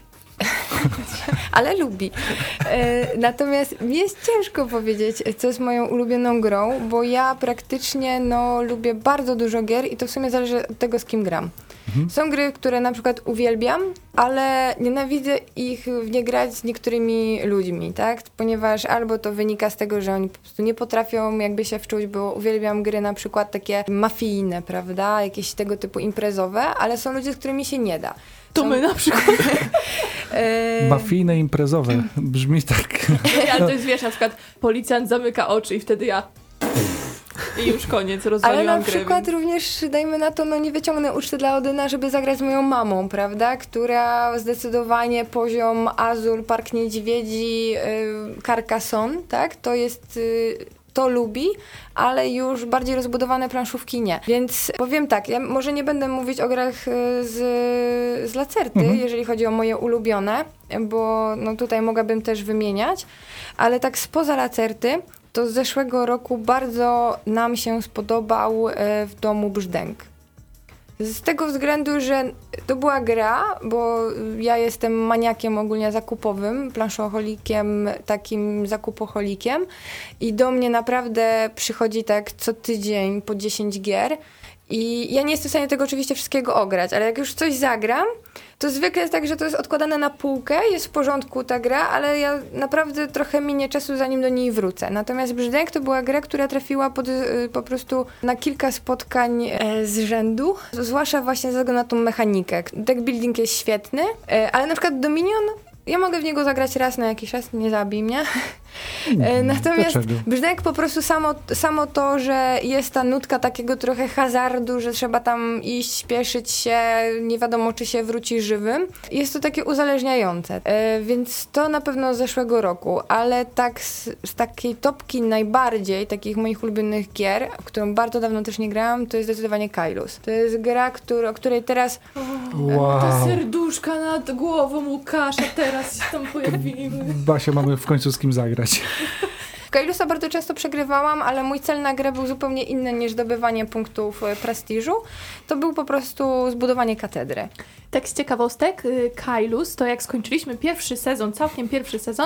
C: ale lubi. E, natomiast mi jest ciężko powiedzieć, co jest moją ulubioną grą, bo ja praktycznie no, lubię bardzo dużo gier i to w sumie zależy od tego, z kim gram.
D: Mhm.
C: Są gry, które na przykład uwielbiam, ale nienawidzę ich w nie grać z niektórymi ludźmi, tak? Ponieważ albo to wynika z tego, że oni po prostu nie potrafią jakby się wczuć, bo uwielbiam gry na przykład takie mafijne, prawda? Jakieś tego typu imprezowe, ale są ludzie, z którymi się nie da.
A: To
C: Są-
A: my na przykład.
C: E,
D: Mafijne imprezowe. Brzmi tak.
A: Ale to jest, wiesz, na przykład policjant zamyka oczy i wtedy ja... I już koniec,
C: Ale
A: rozwaliłam
C: na
A: grę.
C: przykład
A: więc-
C: również, dajmy na to, no nie wyciągnę uczty dla Odyna, żeby zagrać z moją mamą, prawda? Która zdecydowanie poziom Azul, Park Niedźwiedzi, yy, Carcassonne, tak? To jest... Yy, to lubi, ale już bardziej rozbudowane planszówki nie. Więc powiem tak, ja może nie będę mówić o grach y, z, z Lacerty,
D: Mhm.
C: jeżeli chodzi o moje ulubione, bo no tutaj mogłabym też wymieniać, ale tak spoza Lacerty, to z zeszłego roku bardzo nam się spodobał e, w domu Brzdęk. Z tego względu, że to była gra, bo ja jestem maniakiem ogólnie zakupowym, planszoholikiem, takim zakupoholikiem i do mnie naprawdę przychodzi tak co tydzień po dziesięć gier i ja nie jestem w stanie tego oczywiście wszystkiego ograć, ale jak już coś zagram, to zwykle jest tak, że to jest odkładane na półkę, jest w porządku ta gra, ale ja naprawdę trochę minie czasu, zanim do niej wrócę. Natomiast Brzdęk to była gra, która trafiła pod, y, po prostu na kilka spotkań e, z rzędu, zwłaszcza właśnie ze względu na tą mechanikę. Deck building jest świetny, e, ale na przykład Dominion, ja mogę w niego zagrać raz na jakiś czas, nie zabij mnie. E, Natomiast
D: Dlaczego?
C: Brzdęk po prostu samo, samo to, że jest ta nutka takiego trochę hazardu, że trzeba tam iść, śpieszyć się, nie wiadomo czy się wróci żywym. Jest to takie uzależniające, e, więc to na pewno z zeszłego roku, ale tak z, z takiej topki najbardziej, takich moich ulubionych gier, w którą bardzo dawno też nie grałam, to jest zdecydowanie Kailus. To jest gra, który, o której teraz
D: Wow.
A: Te serduszka nad głową Łukasza teraz się tam pojawiły.
D: Basia, mamy w końcu z kim zagrać.
C: W Kailusa bardzo często przegrywałam, ale mój cel na grę był zupełnie inny niż zdobywanie punktów e, prestiżu. To był po prostu zbudowanie katedry.
A: Tak z ciekawostek, y, Kailus, to jak skończyliśmy pierwszy sezon, całkiem pierwszy sezon, to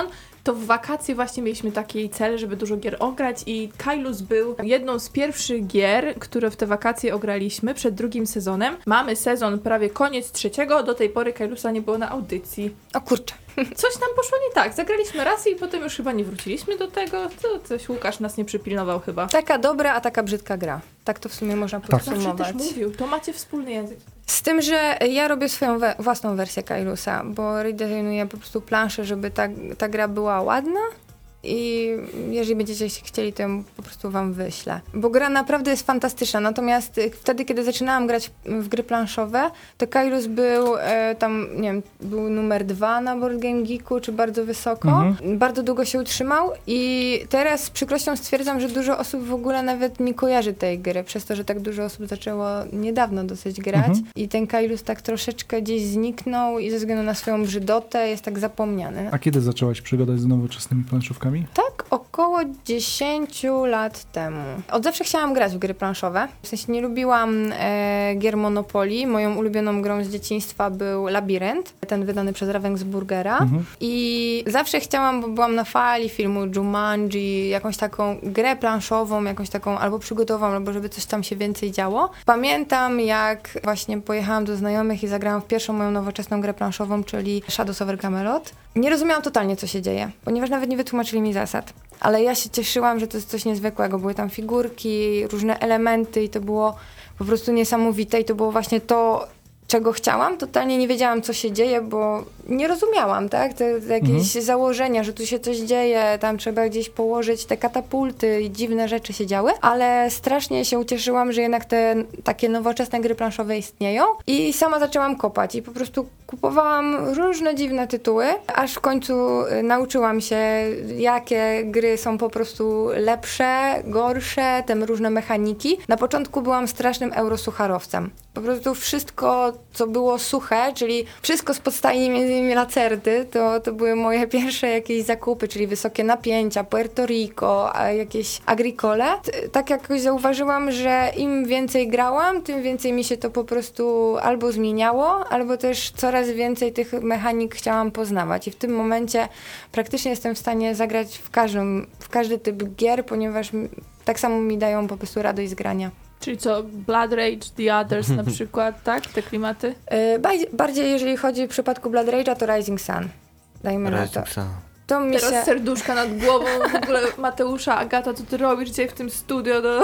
A: to w wakacje właśnie mieliśmy taki cel, żeby dużo gier ograć i Kailus był jedną z pierwszych gier, które w te wakacje ograliśmy przed drugim sezonem. Mamy sezon prawie koniec trzeciego, do tej pory Kailusa nie było na audycji.
C: O kurczę.
A: Coś tam poszło nie tak, zagraliśmy raz i potem już chyba nie wróciliśmy do tego, to coś Łukasz nas nie przypilnował chyba.
C: Taka dobra, a taka brzydka gra. Tak to w sumie można
D: Tak.
A: Zawsze
C: podsumować.
A: też mówił, to macie wspólny język.
C: Z tym, że ja robię swoją we- własną wersję Kailusa, bo redesignuję po prostu planszę, żeby ta, ta gra była ładna i jeżeli będziecie się chcieli, to ją po prostu wam wyślę. Bo gra naprawdę jest fantastyczna, natomiast y, wtedy, kiedy zaczynałam grać w gry planszowe, to Kailus był e, tam, nie wiem, był numer dwa na Board Game Geeku, czy bardzo wysoko.
D: Mhm.
C: Bardzo długo się utrzymał i teraz z przykrością stwierdzam, że dużo osób w ogóle nawet nie kojarzy tej gry, przez to, że tak dużo osób zaczęło niedawno dosyć grać
D: Mhm.
C: i ten Kailus tak troszeczkę gdzieś zniknął i ze względu na swoją brzydotę jest tak zapomniany.
D: A kiedy zaczęłaś przygodę z nowoczesnymi planszówkami?
C: Tak, około dziesięć lat temu. Od zawsze chciałam grać w gry planszowe. W sensie nie lubiłam e, gier Monopoly. Moją ulubioną grą z dzieciństwa był Labirynt, ten wydany przez Ravensburgera.
D: Mhm.
C: I zawsze chciałam, bo byłam na fali filmu Jumanji, jakąś taką grę planszową, jakąś taką albo przygotową, albo żeby coś tam się więcej działo. Pamiętam, jak właśnie pojechałam do znajomych i zagrałam w pierwszą moją nowoczesną grę planszową, czyli Shadows over Camelot. Nie rozumiałam totalnie, co się dzieje, ponieważ nawet nie wytłumaczyli mi zasad. Ale ja się cieszyłam, że to jest coś niezwykłego. Były tam figurki, różne elementy i to było po prostu niesamowite i to było właśnie to, czego chciałam. Totalnie nie wiedziałam, co się dzieje, bo nie rozumiałam, tak? Te, te jakieś
D: Mhm.
C: założenia, że tu się coś dzieje, tam trzeba gdzieś położyć te katapulty i dziwne rzeczy się działy, ale strasznie się ucieszyłam, że jednak te takie nowoczesne gry planszowe istnieją i sama zaczęłam kopać i po prostu kupowałam różne dziwne tytuły, aż w końcu y, nauczyłam się, jakie gry są po prostu lepsze, gorsze, te różne mechaniki. Na początku byłam strasznym eurosucharowcem. Po prostu wszystko, co było suche, czyli wszystko z podstawi między innymi Lacerty, to, to były moje pierwsze jakieś zakupy, czyli wysokie napięcia, Puerto Rico, a jakieś agricole. T- Tak jakoś zauważyłam, że im więcej grałam, tym więcej mi się to po prostu albo zmieniało, albo też coraz więcej tych mechanik chciałam poznawać. I w tym momencie praktycznie jestem w stanie zagrać w każdym, w każdy typ gier, ponieważ m- tak samo mi dają po prostu radość z grania.
A: Czyli co, Blood Rage, The Others na przykład, tak? Te klimaty?
C: Yy, baj- bardziej jeżeli chodzi w przypadku Blood Rage'a, to Rising Sun. Dajmy na to. To mi
A: Teraz
C: się...
A: serduszka nad głową, w ogóle Mateusza, Agata, co ty robisz dzisiaj w tym studio? No.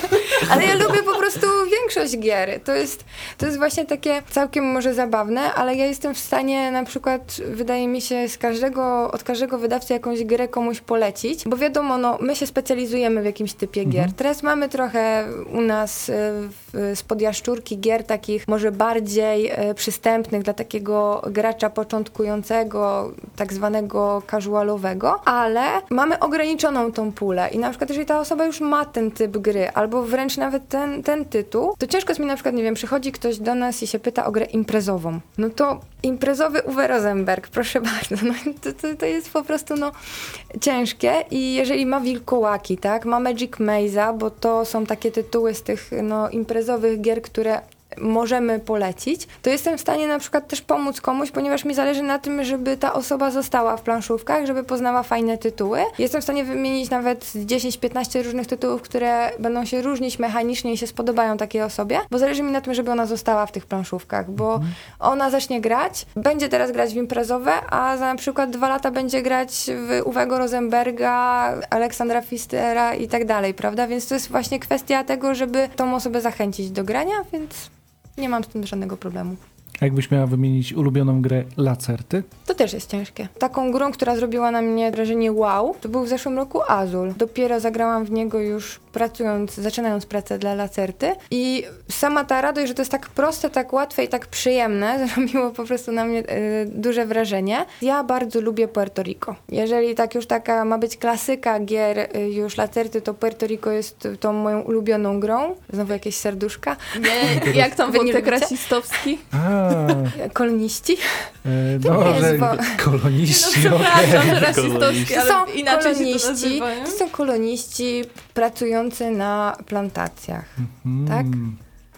C: Ale ja lubię po prostu większość gier. To jest, to jest właśnie takie całkiem może zabawne, ale ja jestem w stanie na przykład, wydaje mi się, z każdego, od każdego wydawcy jakąś grę komuś polecić, bo wiadomo, no, my się specjalizujemy w jakimś typie gier.
D: Mhm.
C: Teraz mamy trochę u nas y, w, spod jaszczurki gier takich może bardziej y, przystępnych dla takiego gracza początkującego, tak zwanego casualowego, ale mamy ograniczoną tą pulę i na przykład jeżeli ta osoba już ma ten typ gry, albo wręcz nawet ten, ten tytuł, to ciężko jest mi na przykład, nie wiem, przychodzi ktoś do nas i się pyta o grę imprezową. No to imprezowy Uwe Rosenberg, proszę bardzo, no to, to, to jest po prostu no ciężkie i jeżeli ma Wilkołaki, tak, ma Magic Maze'a, bo to są takie tytuły z tych no imprezowych gier, które możemy polecić, to jestem w stanie na przykład też pomóc komuś, ponieważ mi zależy na tym, żeby ta osoba została w planszówkach, żeby poznała fajne tytuły. Jestem w stanie wymienić nawet dziesięć piętnaście różnych tytułów, które będą się różnić mechanicznie i się spodobają takiej osobie, bo zależy mi na tym, żeby ona została w tych planszówkach, bo
D: Mhm.
C: ona zacznie grać, będzie teraz grać w imprezowe, a za na przykład dwa lata będzie grać w Uwego Rosenberga, Aleksandra Pfistera i tak dalej, prawda? Więc to jest właśnie kwestia tego, żeby tą osobę zachęcić do grania, więc nie mam z tym żadnego problemu.
D: A jakbyś miała wymienić ulubioną grę Lacerty?
C: To też jest ciężkie. Taką grą, która zrobiła na mnie wrażenie wow, to był w zeszłym roku Azul. Dopiero zagrałam w niego już pracując, zaczynając pracę dla Lacerty i sama ta radość, że to jest tak proste, tak łatwe i tak przyjemne, zrobiło po prostu na mnie y, duże wrażenie. Ja bardzo lubię Puerto Rico. Jeżeli tak już taka ma być klasyka gier y, już Lacerty, to Puerto Rico jest tą moją ulubioną grą. Znowu jakieś serduszka.
A: Nie, jak tam
C: Wy nie
A: wątek
C: lubicie?
A: rasistowski?
D: A,
C: Koloniści.
D: e,
C: To
D: no,
C: nie jest
D: że
C: wo-
A: No
D: koloniści,
A: przepraszam,
D: okej.
A: że rasistowski,
C: To
A: ale
C: są
A: inaczej się to
C: koloniści,
A: nazywa, nie?
C: to są koloniści pracujący na plantacjach. Tak?
D: Mm.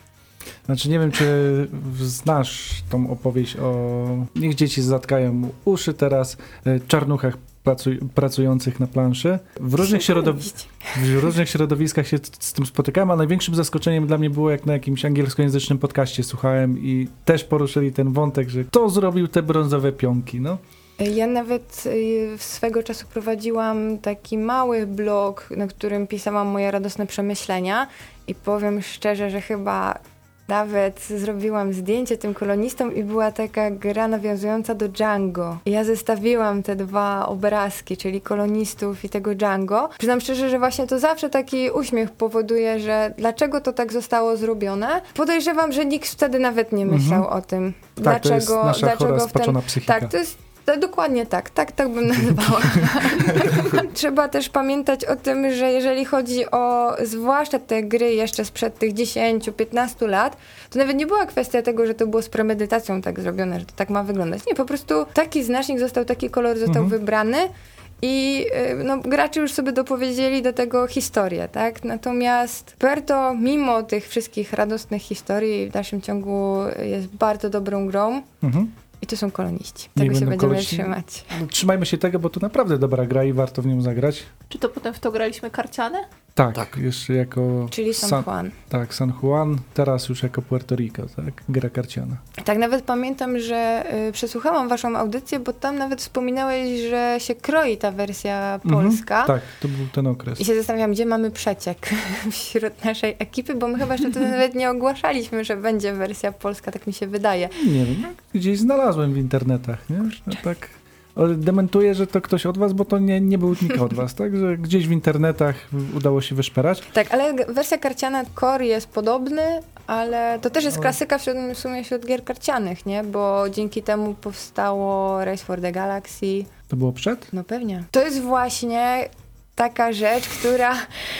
D: Znaczy nie wiem, czy znasz tą opowieść o... Niech dzieci zatkają uszy teraz. e, Czarnuchach pracuj, pracujących na planszy. W różnych, środow... w różnych środowiskach się z tym spotykałem, a największym zaskoczeniem dla mnie było, jak na jakimś angielskojęzycznym podcaście słuchałem i też poruszyli ten wątek, że kto zrobił te brązowe pionki, no.
C: Ja nawet y, swego czasu prowadziłam taki mały blog, na którym pisałam moje radosne przemyślenia i powiem szczerze, że chyba nawet zrobiłam zdjęcie tym kolonistom i była taka gra nawiązująca do Django. I ja zestawiłam te dwa obrazki, czyli kolonistów i tego Django. Przyznam szczerze, że właśnie to zawsze taki uśmiech powoduje, że dlaczego to tak zostało zrobione. Podejrzewam, że nikt wtedy nawet nie myślał
D: Mhm.
C: o tym.
D: Tak,
C: dlaczego,
D: to jest nasza
C: dlaczego
D: chora,
C: w ten...
D: spaczona psychika.
C: Tak, to jest To dokładnie tak, tak, tak bym nazywała. Trzeba też pamiętać o tym, że jeżeli chodzi o zwłaszcza te gry jeszcze sprzed tych dziesięciu piętnastu lat, to nawet nie była kwestia tego, że to było z premedytacją tak zrobione, że to tak ma wyglądać. Nie, po prostu taki znacznik został, taki kolor został
D: Mhm.
C: wybrany i y, no, gracze już sobie dopowiedzieli do tego historię, tak? Natomiast Puerto, mimo tych wszystkich radosnych historii, w dalszym ciągu jest bardzo dobrą grą.
D: Mhm.
C: I to są koloniści.
D: Niech
C: Tego się
D: będą
C: będziemy
D: koloniści.
C: trzymać.
D: No, trzymajmy się tego, bo to naprawdę dobra gra i warto w nią zagrać.
A: Czy to potem w to graliśmy karciane?
D: Tak,
B: Tak.
D: jeszcze jako
C: Czyli San
D: San,
C: Juan.
D: tak, San Juan, teraz już jako Puerto Rico, tak, gra karciana.
C: Tak, nawet pamiętam, że y, przesłuchałam waszą audycję, bo tam nawet wspominałeś, że się kroi ta wersja polska.
D: Mhm, tak, to był ten okres.
C: I się zastanawiam, gdzie mamy przeciek wśród naszej ekipy, bo my chyba jeszcze wtedy nawet nie ogłaszaliśmy, że będzie wersja polska, tak mi się wydaje.
D: Nie wiem, gdzieś znalazłem w internetach, nie? No tak. Ale dementuję, że to ktoś od was, bo to nie, nie był nikt od was, tak? Że gdzieś w internetach udało się wyszperać.
C: Tak, ale g- wersja karciana core jest podobny, ale to też jest
D: Ale-
C: klasyka wśród, w sumie wśród gier karcianych, nie? Bo dzięki temu powstało Race for the Galaxy.
D: To było przed?
C: No pewnie. To jest właśnie taka rzecz, która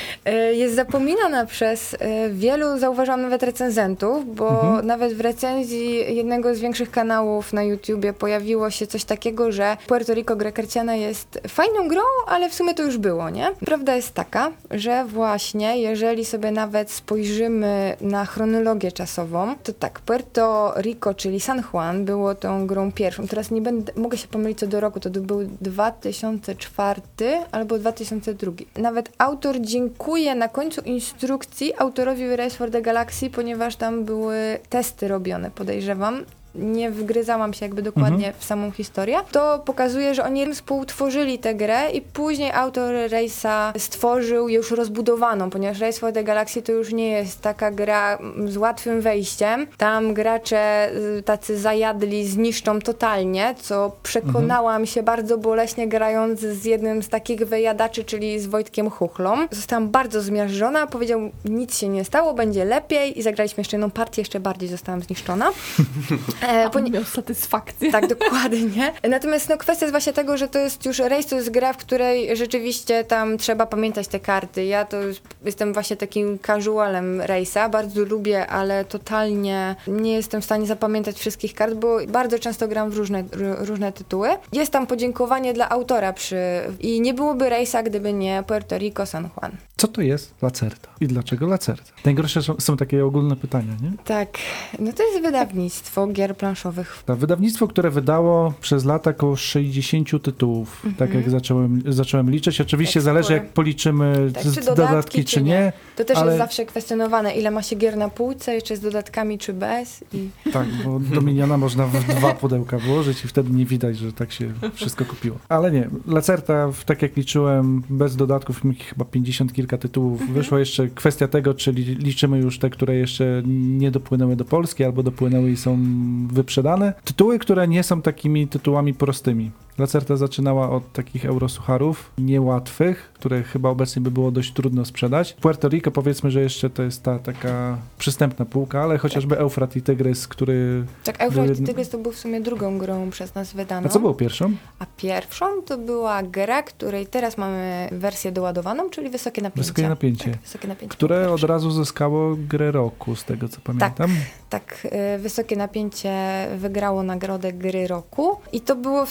C: y, jest zapominana przez y, wielu, zauważam nawet recenzentów, bo
D: Mhm.
C: nawet w recenzji jednego z większych kanałów na YouTubie pojawiło się coś takiego, że Puerto Rico gra karciana jest fajną grą, ale w sumie to już było, nie? Prawda jest taka, że właśnie jeżeli sobie nawet spojrzymy na chronologię czasową, to tak, Puerto Rico, czyli San Juan było tą grą pierwszą. Teraz nie będę, mogę się pomylić co do roku, to był dwa tysiące czwarty albo dwa tysiące drugi. Nawet autor dziękuje na końcu instrukcji autorowi Race for the Galaxy, ponieważ tam były testy robione, podejrzewam. Nie wgryzałam się jakby dokładnie
D: Mhm.
C: w samą historię. To pokazuje, że oni współtworzyli tę grę i później autor Race'a stworzył już rozbudowaną, ponieważ Race for the Galaxy to już nie jest taka gra mm, z łatwym wejściem. Tam gracze y, tacy zajadli zniszczą totalnie, co przekonałam się bardzo boleśnie grając z jednym z takich wyjadaczy, czyli z Wojtkiem Chuchlą. Zostałam bardzo zmiażdżona, powiedział, nic się nie stało, będzie lepiej i zagraliśmy jeszcze jedną partię, jeszcze bardziej zostałam zniszczona. E,
A: A
C: poni-
A: on miał satysfakcję.
C: tak, dokładnie. Natomiast no, kwestia jest właśnie tego, że to jest już race, to jest gra, w której rzeczywiście tam trzeba pamiętać te karty. Ja to już jestem właśnie takim casualem race'a, bardzo lubię, ale totalnie nie jestem w stanie zapamiętać wszystkich kart, bo bardzo często gram w różne, r- różne tytuły. Jest tam podziękowanie dla autora przy... i nie byłoby race'a, gdyby nie Puerto Rico, San Juan.
D: Co to jest Lacerta? I dlaczego Lacerta? Najgorsze są, są takie ogólne pytania, nie?
C: Tak, no to jest wydawnictwo gier planszowych.
D: To wydawnictwo, które wydało przez lata około sześćdziesiąt tytułów,
C: Mhm.
D: tak jak zacząłem, zacząłem liczyć. Oczywiście
C: Tak,
D: zależy,
C: sporo.
D: jak policzymy
C: Tak,
D: z-
C: czy
D: dodatki,
C: dodatki,
D: czy
C: czy
D: nie.
C: To też
D: Ale-
C: jest zawsze kwestionowane, ile ma się gier na półce, czy z dodatkami, czy bez. I...
D: Tak, bo do Miniona można w dwa pudełka włożyć i wtedy nie widać, że tak się wszystko kupiło. Ale nie, Lacerta, w- tak jak liczyłem, bez dodatków, mi chyba pięćdziesiąt kilka tytułów.
C: Mhm.
D: Wyszła jeszcze kwestia tego, czy li- liczymy już te, które jeszcze nie dopłynęły do Polski albo dopłynęły i są wyprzedane. Tytuły, które nie są takimi tytułami prostymi. Lacerta zaczynała od takich eurosucharów niełatwych, które chyba obecnie by było dość trudno sprzedać. Puerto Rico, powiedzmy, że jeszcze to jest ta taka przystępna półka, ale chociażby Eufrat i Tygrys, który...
C: Tak, Eufrat
D: Był-
C: i Tygrys to był w sumie drugą grą przez nas wydaną.
D: A co było pierwszą?
C: A pierwszą to była gra, której teraz mamy wersję doładowaną, czyli Wysokie Napięcie.
D: Wysokie Napięcie.
C: Tak, Wysokie Napięcie.
D: Które
C: było
D: od
C: pierwsze.
D: razu zyskało grę roku, z tego co pamiętam.
C: Tak, y, Wysokie Napięcie wygrało nagrodę gry roku i to było w sumie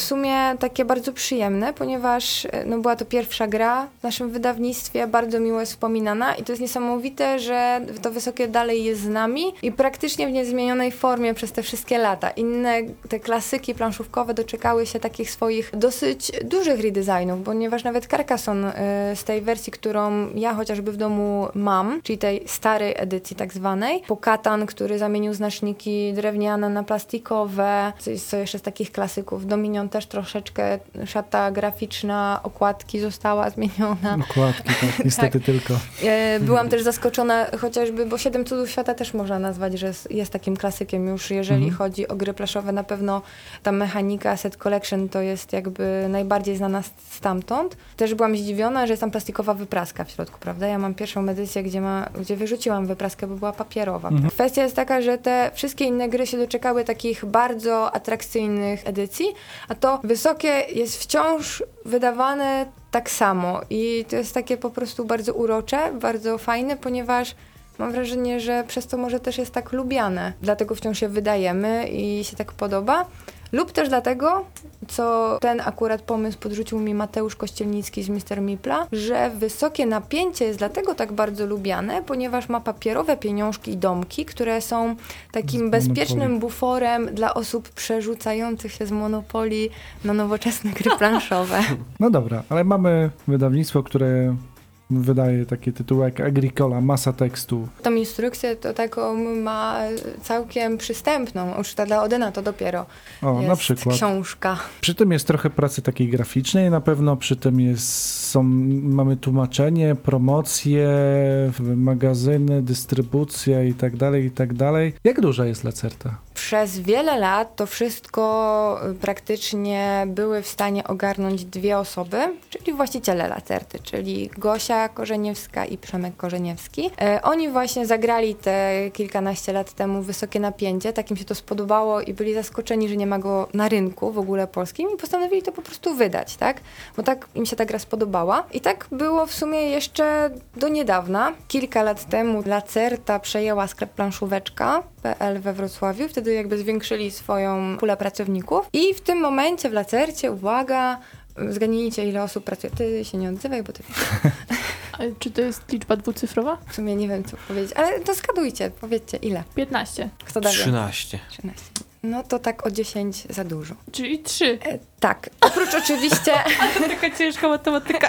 C: mnie takie bardzo przyjemne, ponieważ no, była to pierwsza gra w naszym wydawnictwie, bardzo miło jest wspominana i to jest niesamowite, że to Wysokie dalej jest z nami i praktycznie w niezmienionej formie przez te wszystkie lata. Inne te klasyki planszówkowe doczekały się takich swoich dosyć dużych redesignów, ponieważ nawet Carcassonne y, z tej wersji, którą ja chociażby w domu mam, czyli tej starej edycji tak zwanej, po Catan, który zamienił znaczniki drewniane na plastikowe, co, co jeszcze z takich klasyków. Dominion też troszeczkę, szata graficzna, okładki została zmieniona.
D: Okładki, tak, niestety
C: Tak.
D: tylko.
C: E, Byłam też zaskoczona chociażby, bo Siedem Cudów Świata też można nazwać, że jest- jest takim klasykiem już, jeżeli
D: Mhm.
C: chodzi o gry plaszowe. Na pewno ta mechanika Set Collection to jest jakby najbardziej znana s- stamtąd. Też byłam zdziwiona, że jest tam plastikowa wypraska w środku, prawda? Ja mam pierwszą edycję, gdzie, ma, gdzie wyrzuciłam wypraskę, bo była papierowa.
D: Mhm.
C: Kwestia jest taka, że te wszystkie inne gry się doczekały takich bardzo atrakcyjnych edycji, a to Wysokie jest wciąż wydawane tak samo i to jest takie po prostu bardzo urocze, bardzo fajne, ponieważ mam wrażenie, że przez to może też jest tak lubiane. Dlatego wciąż się wydajemy i się tak podoba. Lub też dlatego, co ten akurat pomysł podrzucił mi Mateusz Kościelnicki z mister Mipla, że Wysokie napięcie jest dlatego tak bardzo lubiane, ponieważ ma papierowe pieniążki i domki, które są takim
D: Z
C: bezpiecznym
D: Monopoly.
C: buforem dla osób przerzucających się z Monopolii na nowoczesne gry planszowe.
D: No dobra, ale mamy wydawnictwo, które wydaje takie tytuły jak Agricola, masa tekstu.
C: Tą instrukcję to taką ma całkiem przystępną, już ta dla Odyna to dopiero
D: O,
C: jest
D: na przykład.
C: książka.
D: Przy tym jest trochę pracy takiej graficznej, na pewno przy tym jest, są, mamy tłumaczenie, promocje, magazyny, dystrybucja i tak dalej, i tak dalej. Jak duża jest Lacerta?
C: Przez wiele lat to wszystko y, praktycznie były w stanie ogarnąć dwie osoby, czyli właściciele Lacerty, czyli Gosia Korzeniewska i Przemek Korzeniewski. E, oni właśnie zagrali te kilkanaście lat temu Wysokie Napięcie, tak im się to spodobało i byli zaskoczeni, że nie ma go na rynku w ogóle polskim i postanowili to po prostu wydać, tak? Bo tak im się ta gra spodobała. I tak było w sumie jeszcze do niedawna. Kilka lat temu Lacerta przejęła sklep planszóweczka kropka pe el we Wrocławiu, wtedy jakby zwiększyli swoją pulę pracowników i w tym momencie w Lacercie, uwaga, zgadnijcie ile osób pracuje. Ty się nie odzywaj, bo ty
A: A czy to jest liczba dwucyfrowa?
C: w sumie nie wiem co powiedzieć, ale to zgadujcie, powiedzcie ile.
A: piętnaście.
C: Kto da wie?
B: trzynaście.
C: trzynaście. No to tak o dziesięć za dużo.
A: Czyli trzy.
C: E, tak, oprócz oczywiście
A: Taka ciężka matematyka.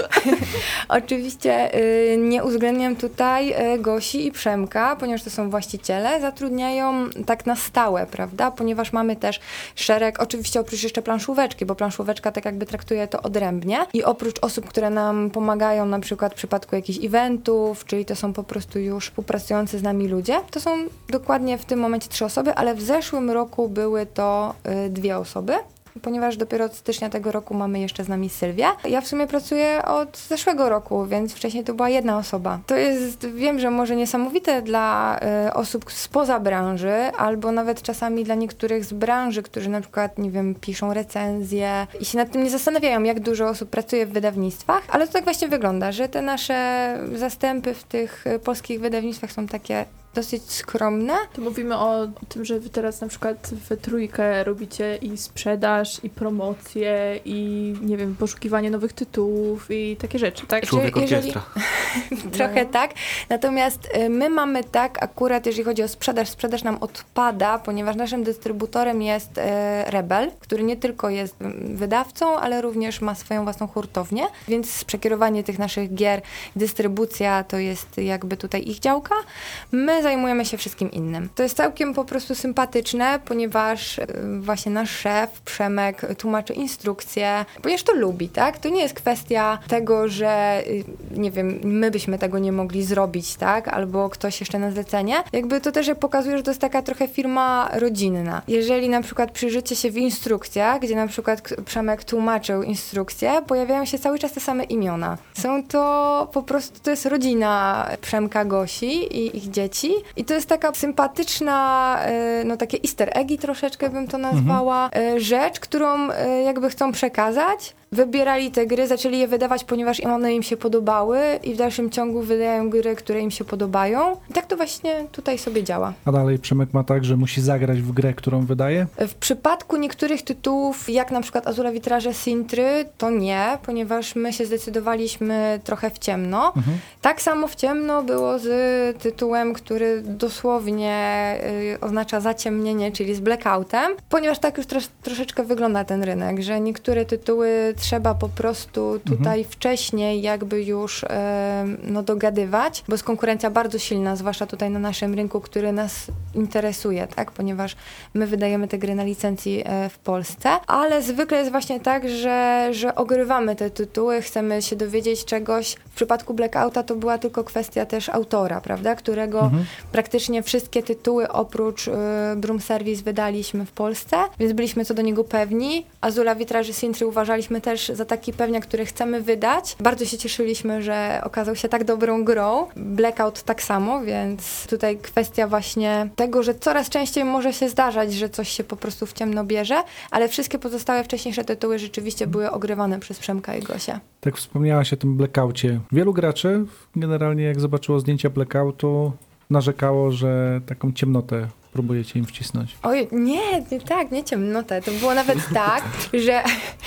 C: Oczywiście y, nie uwzględniam tutaj y, Gosi i Przemka, ponieważ to są właściciele, zatrudniają tak na stałe, prawda? Ponieważ mamy też szereg, oczywiście oprócz jeszcze planszóweczki, bo planszóweczka tak jakby traktuje to odrębnie i oprócz osób, które nam pomagają na przykład w przypadku jakichś eventów, czyli to są po prostu już współpracujący z nami ludzie, to są dokładnie w tym momencie trzy osoby, ale w zeszłym roku były to y, dwie osoby. Ponieważ dopiero od stycznia tego roku mamy jeszcze z nami Sylwię. Ja w sumie pracuję od zeszłego roku, więc wcześniej to była jedna osoba. To jest, wiem, że może niesamowite dla y, osób spoza branży, albo nawet czasami dla niektórych z branży, którzy na przykład, nie wiem, piszą recenzje i się nad tym nie zastanawiają, jak dużo osób pracuje w wydawnictwach, ale to tak właśnie wygląda, że te nasze zastępy w tych y, polskich wydawnictwach są takie dosyć skromne.
A: To mówimy o tym, że wy teraz na przykład w trójkę robicie i sprzedaż, i promocje, i nie wiem, poszukiwanie nowych tytułów i takie rzeczy, tak?
B: Człowiek
C: jeżeli-
B: orkiestra.
C: Trochę
A: No.
C: tak. Natomiast y, my mamy tak akurat, jeżeli chodzi o sprzedaż, sprzedaż nam odpada, ponieważ naszym dystrybutorem jest y, Rebel, który nie tylko jest mm, wydawcą, ale również ma swoją własną hurtownię, więc przekierowanie tych naszych gier, dystrybucja to jest jakby tutaj ich działka. My zajmujemy się wszystkim innym. To jest całkiem po prostu sympatyczne, ponieważ y, właśnie nasz szef, Przemek, tłumaczy instrukcje, ponieważ to lubi, tak? To nie jest kwestia tego, że y, nie wiem, my byśmy tego nie mogli zrobić, tak? Albo ktoś jeszcze na zlecenie. Jakby to też pokazuje, że to jest taka trochę firma rodzinna. Jeżeli na przykład przyjrzycie się w instrukcjach, gdzie na przykład K- Przemek tłumaczył instrukcje, pojawiają się cały czas te same imiona. Są to po prostu, to jest rodzina Przemka, Gosi i ich dzieci. I to jest taka sympatyczna, y, no takie easter eggi troszeczkę bym to nazwała, y, rzecz, którą y, jakby chcą przekazać. wybierali te gry, zaczęli je wydawać, ponieważ im one im się podobały i w dalszym ciągu wydają gry, które im się podobają. I tak to właśnie tutaj sobie działa.
D: A dalej Przemek ma tak, że musi zagrać w grę, którą wydaje?
C: W przypadku niektórych tytułów, jak na przykład Azula Vitrage Sintry, to nie, ponieważ my się zdecydowaliśmy trochę w ciemno.
D: Mhm.
C: Tak samo w ciemno było z tytułem, który dosłownie y, oznacza zaciemnienie, czyli z blackoutem, ponieważ tak już trosz, troszeczkę wygląda ten rynek, że niektóre tytuły trzeba po prostu tutaj mhm. wcześniej jakby już y, no, dogadywać, bo jest konkurencja bardzo silna, zwłaszcza tutaj na naszym rynku, który nas interesuje, tak, ponieważ my wydajemy te gry na licencji y, w Polsce, ale zwykle jest właśnie tak, że, że ogrywamy te tytuły, chcemy się dowiedzieć czegoś. W przypadku Blackouta to była tylko kwestia też autora, prawda, którego mhm. praktycznie wszystkie tytuły oprócz y, Broom Service wydaliśmy w Polsce, więc byliśmy co do niego pewni. Azula Vitrage Sintry uważaliśmy też za taki pewniak, który chcemy wydać. Bardzo się cieszyliśmy, że okazał się tak dobrą grą. Blackout tak samo, więc tutaj kwestia właśnie tego, że coraz częściej może się zdarzać, że coś się po prostu w ciemno bierze, ale wszystkie pozostałe wcześniejsze tytuły rzeczywiście były ogrywane przez Przemka i Gosię.
D: Tak wspomniałaś o tym Blackoutie. Wielu graczy generalnie jak zobaczyło zdjęcia Blackoutu, narzekało, że taką ciemnotę próbujecie im wcisnąć.
C: Oj, nie, nie tak, nie ciemnotę. To było nawet tak, że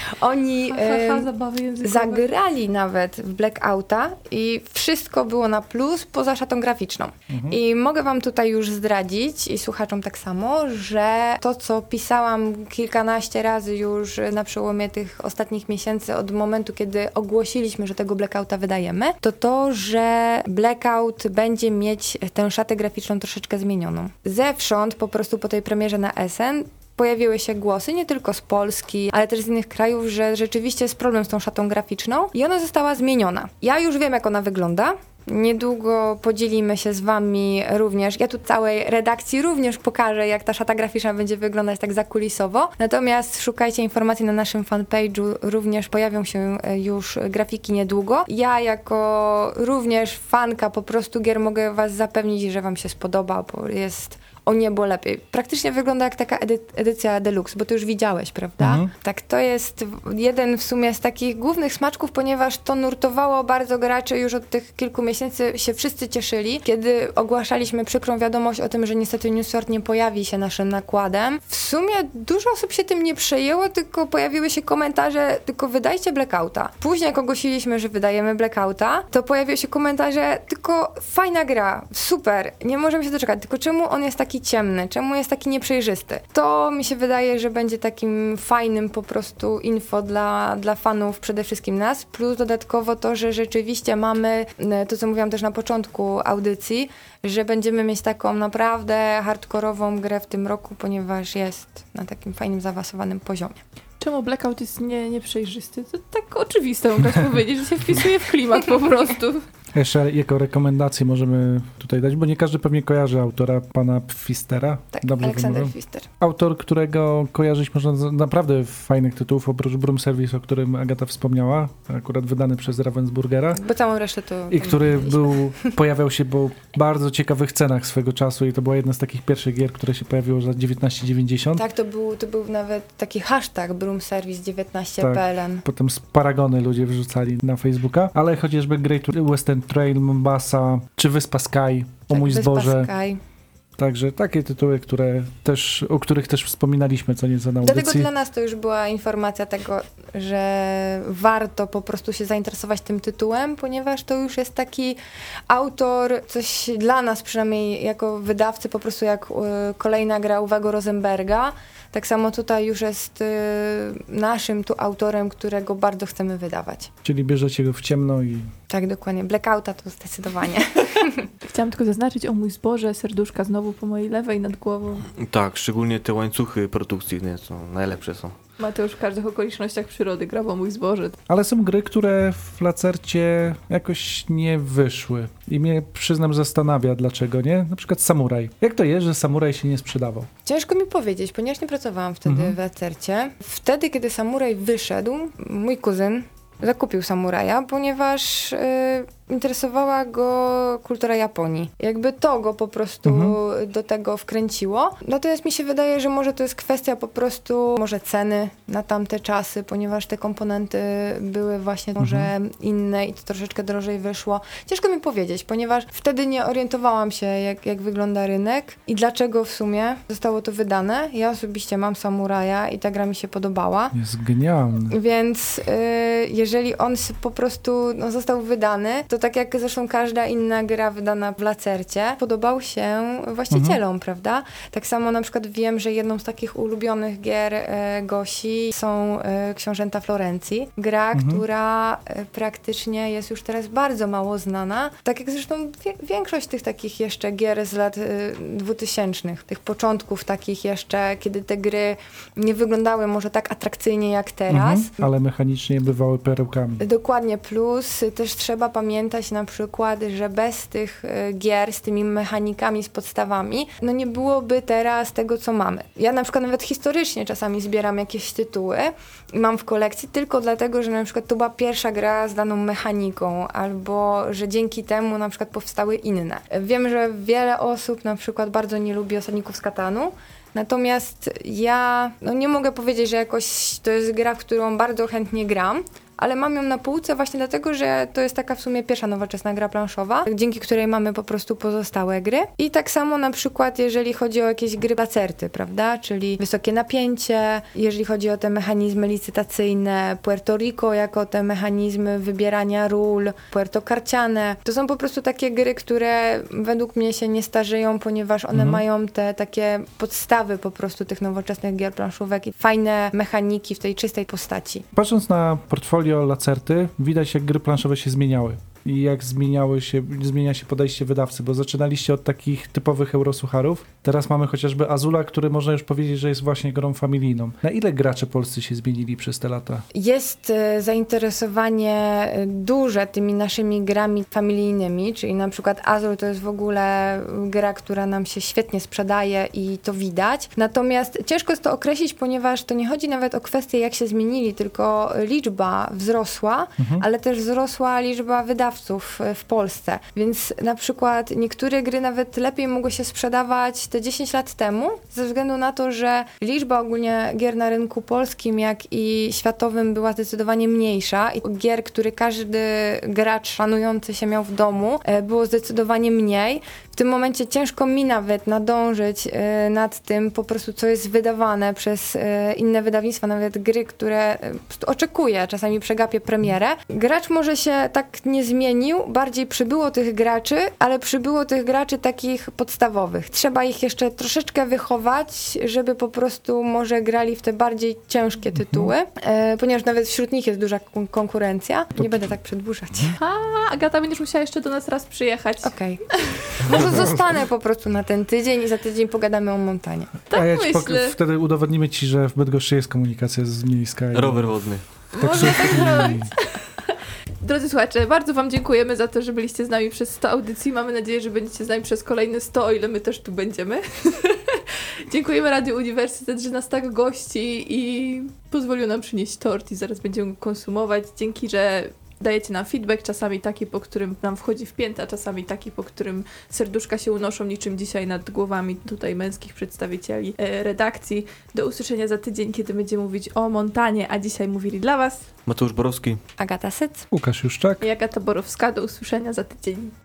C: oni
A: Ha, ha, ha,
C: e,
A: zabawy językowe.
C: zagrali nawet w Blackouta i wszystko było na plus poza szatą graficzną. Mhm. I mogę wam tutaj już zdradzić i słuchaczom tak samo, że to, co pisałam kilkanaście razy już na przełomie tych ostatnich miesięcy od momentu, kiedy ogłosiliśmy, że tego Blackouta wydajemy, to to, że Blackout będzie mieć tę szatę graficzną troszeczkę zmienioną. Zewsząd po prostu po tej premierze na Essen pojawiły się głosy, nie tylko z Polski, ale też z innych krajów, że rzeczywiście jest problem z tą szatą graficzną i ona została zmieniona. Ja już wiem, jak ona wygląda. Niedługo podzielimy się z wami również. Ja tu całej redakcji również pokażę, jak ta szata graficzna będzie wyglądać tak zakulisowo. Natomiast szukajcie informacji na naszym fanpage'u. Również pojawią się już grafiki niedługo. Ja jako również fanka po prostu gier mogę was zapewnić, że wam się spodoba, bo jest o niebo lepiej. Praktycznie wygląda jak taka edy- edycja deluxe, bo ty już widziałeś, prawda? Mhm. Tak, to jest jeden w sumie z takich głównych smaczków, ponieważ to nurtowało bardzo graczy już od tych kilku miesięcy, się wszyscy cieszyli, kiedy ogłaszaliśmy przykrą wiadomość o tym, że niestety New Sword nie pojawi się naszym nakładem. W sumie dużo osób się tym nie przejęło, tylko pojawiły się komentarze, tylko wydajcie Blackouta. Później jak ogłosiliśmy, że wydajemy Blackouta, to pojawiły się komentarze, tylko fajna gra, super, nie możemy się doczekać, tylko czemu on jest taki ciemny, czemu jest taki nieprzejrzysty. To mi się wydaje, że będzie takim fajnym po prostu info dla, dla fanów przede wszystkim nas, plus dodatkowo to, że rzeczywiście mamy to, co mówiłam też na początku audycji, że będziemy mieć taką naprawdę hardkorową grę w tym roku, ponieważ jest na takim fajnym, zaawansowanym poziomie.
A: Czemu Blackout jest nie, nieprzejrzysty? To tak oczywiste mogę powiedzieć, że się wpisuje w klimat po prostu.
D: Jeszcze jako rekomendację możemy tutaj dać, bo nie każdy pewnie kojarzy autora pana Pfistera.
C: Tak,
D: Dobrze
C: Aleksander
D: wymówię?
C: Pfister.
D: Autor, którego kojarzyć można z naprawdę fajnych tytułów, oprócz Broom Service, o którym Agata wspomniała, akurat wydany przez Ravensburgera.
C: Bo całą resztę to...
D: I który był, pojawiał się po bardzo ciekawych cenach swego czasu i to była jedna z takich pierwszych gier, które się pojawiło za dziewiętnaście dziewięćdziesiąt.
C: Tak, to był, to był nawet taki hashtag Broom Service dziewiętnaście
D: Tak.
C: P L N.
D: Potem z Paragony ludzie wrzucali na Facebooka, ale chociażby Great Western Trail, Mombasa, czy Wyspa Sky, O
C: Tak,
D: mój
C: Wyspa
D: zboże.
C: Sky.
D: Także takie tytuły, które też, o których też wspominaliśmy co nieco na audycji.
C: Dlatego dla nas to już była informacja tego, że warto po prostu się zainteresować tym tytułem, ponieważ to już jest taki autor, coś dla nas przynajmniej jako wydawcy, po prostu jak y, kolejna gra Uwego Rosenberga. Tak samo tutaj już jest y, naszym tu autorem, którego bardzo chcemy wydawać.
D: Czyli bierzecie go w ciemno i...
C: Tak, dokładnie. Blackouta to zdecydowanie.
A: Chciałam tylko zaznaczyć, o mój zboże, serduszka znowu po mojej lewej nad głową.
B: Tak, szczególnie te łańcuchy produkcyjne są najlepsze są.
A: Mateusz w każdych okolicznościach przyrody gra o mój zboże.
D: Ale są gry, które w Lacercie jakoś nie wyszły. I mnie, przyznam, zastanawia, dlaczego nie. Na przykład Samuraj. Jak to jest, że Samuraj się nie sprzedawał?
C: Ciężko mi powiedzieć, ponieważ nie pracowałam wtedy
D: Mhm.
C: w Lacercie. Wtedy, kiedy Samuraj wyszedł, mój kuzyn zakupił Samuraja, ponieważ y, interesowała go kultura Japonii. Jakby to go po prostu
D: Mhm.
C: do tego wkręciło. Natomiast mi się wydaje, że może to jest kwestia po prostu może ceny na tamte czasy, ponieważ te komponenty były właśnie może inne i to troszeczkę drożej wyszło. Ciężko mi powiedzieć, ponieważ wtedy nie orientowałam się, jak, jak wygląda rynek i dlaczego w sumie zostało to wydane. Ja osobiście mam Samuraja i ta gra mi się podobała.
D: Jest genialny.
C: Więc y, jeżeli on s- po prostu no, został wydany, to tak jak zresztą każda inna gra wydana w Lacercie, podobał się właścicielom, prawda? Tak samo na przykład wiem, że jedną z takich ulubionych gier e, Gosi są e, Książęta Florencji. Gra,
D: Mhm.
C: która e, praktycznie jest już teraz bardzo mało znana. Tak jak zresztą wie, większość tych takich jeszcze gier z lat e, dwutysięcznych, tych początków takich jeszcze, kiedy te gry nie wyglądały może tak atrakcyjnie jak teraz.
D: Mhm. Ale mechanicznie bywały perełkami.
C: Dokładnie, plus też trzeba pamiętać na przykład, że bez tych e, gier z tymi mechanikami, z podstawami, no nie byłoby teraz tego, co mamy. Ja na przykład nawet historycznie czasami zbieram jakieś tytuły i mam w kolekcji tylko dlatego, że na przykład to była pierwsza gra z daną mechaniką, albo że dzięki temu na przykład powstały inne. Wiem, że wiele osób na przykład bardzo nie lubi Osadników z Katanu, natomiast ja no nie mogę powiedzieć, że jakoś to jest gra, w którą bardzo chętnie gram, ale mam ją na półce właśnie dlatego, że to jest taka w sumie pierwsza nowoczesna gra planszowa, dzięki której mamy po prostu pozostałe gry. I tak samo na przykład jeżeli chodzi o jakieś gry lacerty, prawda, czyli wysokie napięcie, jeżeli chodzi o te mechanizmy licytacyjne, Puerto Rico jako te mechanizmy wybierania ról, Puerto Carciane, to są po prostu takie gry, które według mnie się nie starzeją, ponieważ one
D: Mhm.
C: mają te takie podstawy po prostu tych nowoczesnych gier planszówek i fajne mechaniki w tej czystej postaci.
D: Patrząc na portfolio Lacerty, widać jak gry planszowe się zmieniały i jak zmieniały się, zmienia się podejście wydawcy, bo zaczynaliście od takich typowych eurosucharów, teraz mamy chociażby Azula, który można już powiedzieć, że jest właśnie grą familijną. Na ile gracze polscy się zmienili przez te lata?
C: Jest e, zainteresowanie e, duże tymi naszymi grami familijnymi, czyli na przykład Azul to jest w ogóle gra, która nam się świetnie sprzedaje i to widać. Natomiast ciężko jest to określić, ponieważ to nie chodzi nawet o kwestię, jak się zmienili, tylko liczba wzrosła,
D: Mhm.
C: ale też wzrosła liczba wydawców e, w Polsce. Więc na przykład niektóre gry nawet lepiej mogły się sprzedawać te dziesięć lat temu, ze względu na to, że liczba ogólnie gier na rynku polskim, jak i światowym była zdecydowanie mniejsza i gier, które każdy gracz szanujący się miał w domu, e, było zdecydowanie mniej. W tym momencie ciężko mi nawet nadążyć e, nad tym po prostu, co jest wydawane przez e, inne wydawnictwa, nawet gry, które e, po prostu oczekuję, czasami przegapię premierę. Gracz może się tak nie zmienił, bardziej przybyło tych graczy, ale przybyło tych graczy takich podstawowych. Trzeba ich jeszcze troszeczkę wychować, żeby po prostu może grali w te bardziej ciężkie tytuły, e, ponieważ nawet wśród nich jest duża kon- konkurencja. Nie będę tak przedłużać.
A: A, Agata, będziesz musiała jeszcze do nas raz przyjechać.
C: Okej. Może zostanę po prostu na ten tydzień i za tydzień pogadamy o Montanie.
A: Tak
D: A ja ci
A: myślę.
D: pok- wtedy udowodnimy ci, że w Bydgoszczy jest komunikacja z miejska. i
B: Rower wodny.
A: Może tak
D: taksówki.
A: zrobić. Drodzy słuchacze, bardzo wam dziękujemy za to, że byliście z nami przez sto audycji. Mamy nadzieję, że będziecie z nami przez kolejne sto, o ile my też tu będziemy. Dziękujemy Radiu Uniwersytet, że nas tak gości i pozwolił nam przynieść tort i zaraz będziemy go konsumować. Dzięki, że dajecie nam feedback, czasami taki, po którym nam wchodzi w piętę, a czasami taki, po którym serduszka się unoszą niczym dzisiaj nad głowami tutaj męskich przedstawicieli e, redakcji. Do usłyszenia za tydzień, kiedy będziemy mówić o Montanie, a dzisiaj mówili dla was
B: Mateusz Borowski.
C: Agata Syc.
D: Łukasz Juszczak.
A: i Agata Borowska. Do usłyszenia za tydzień.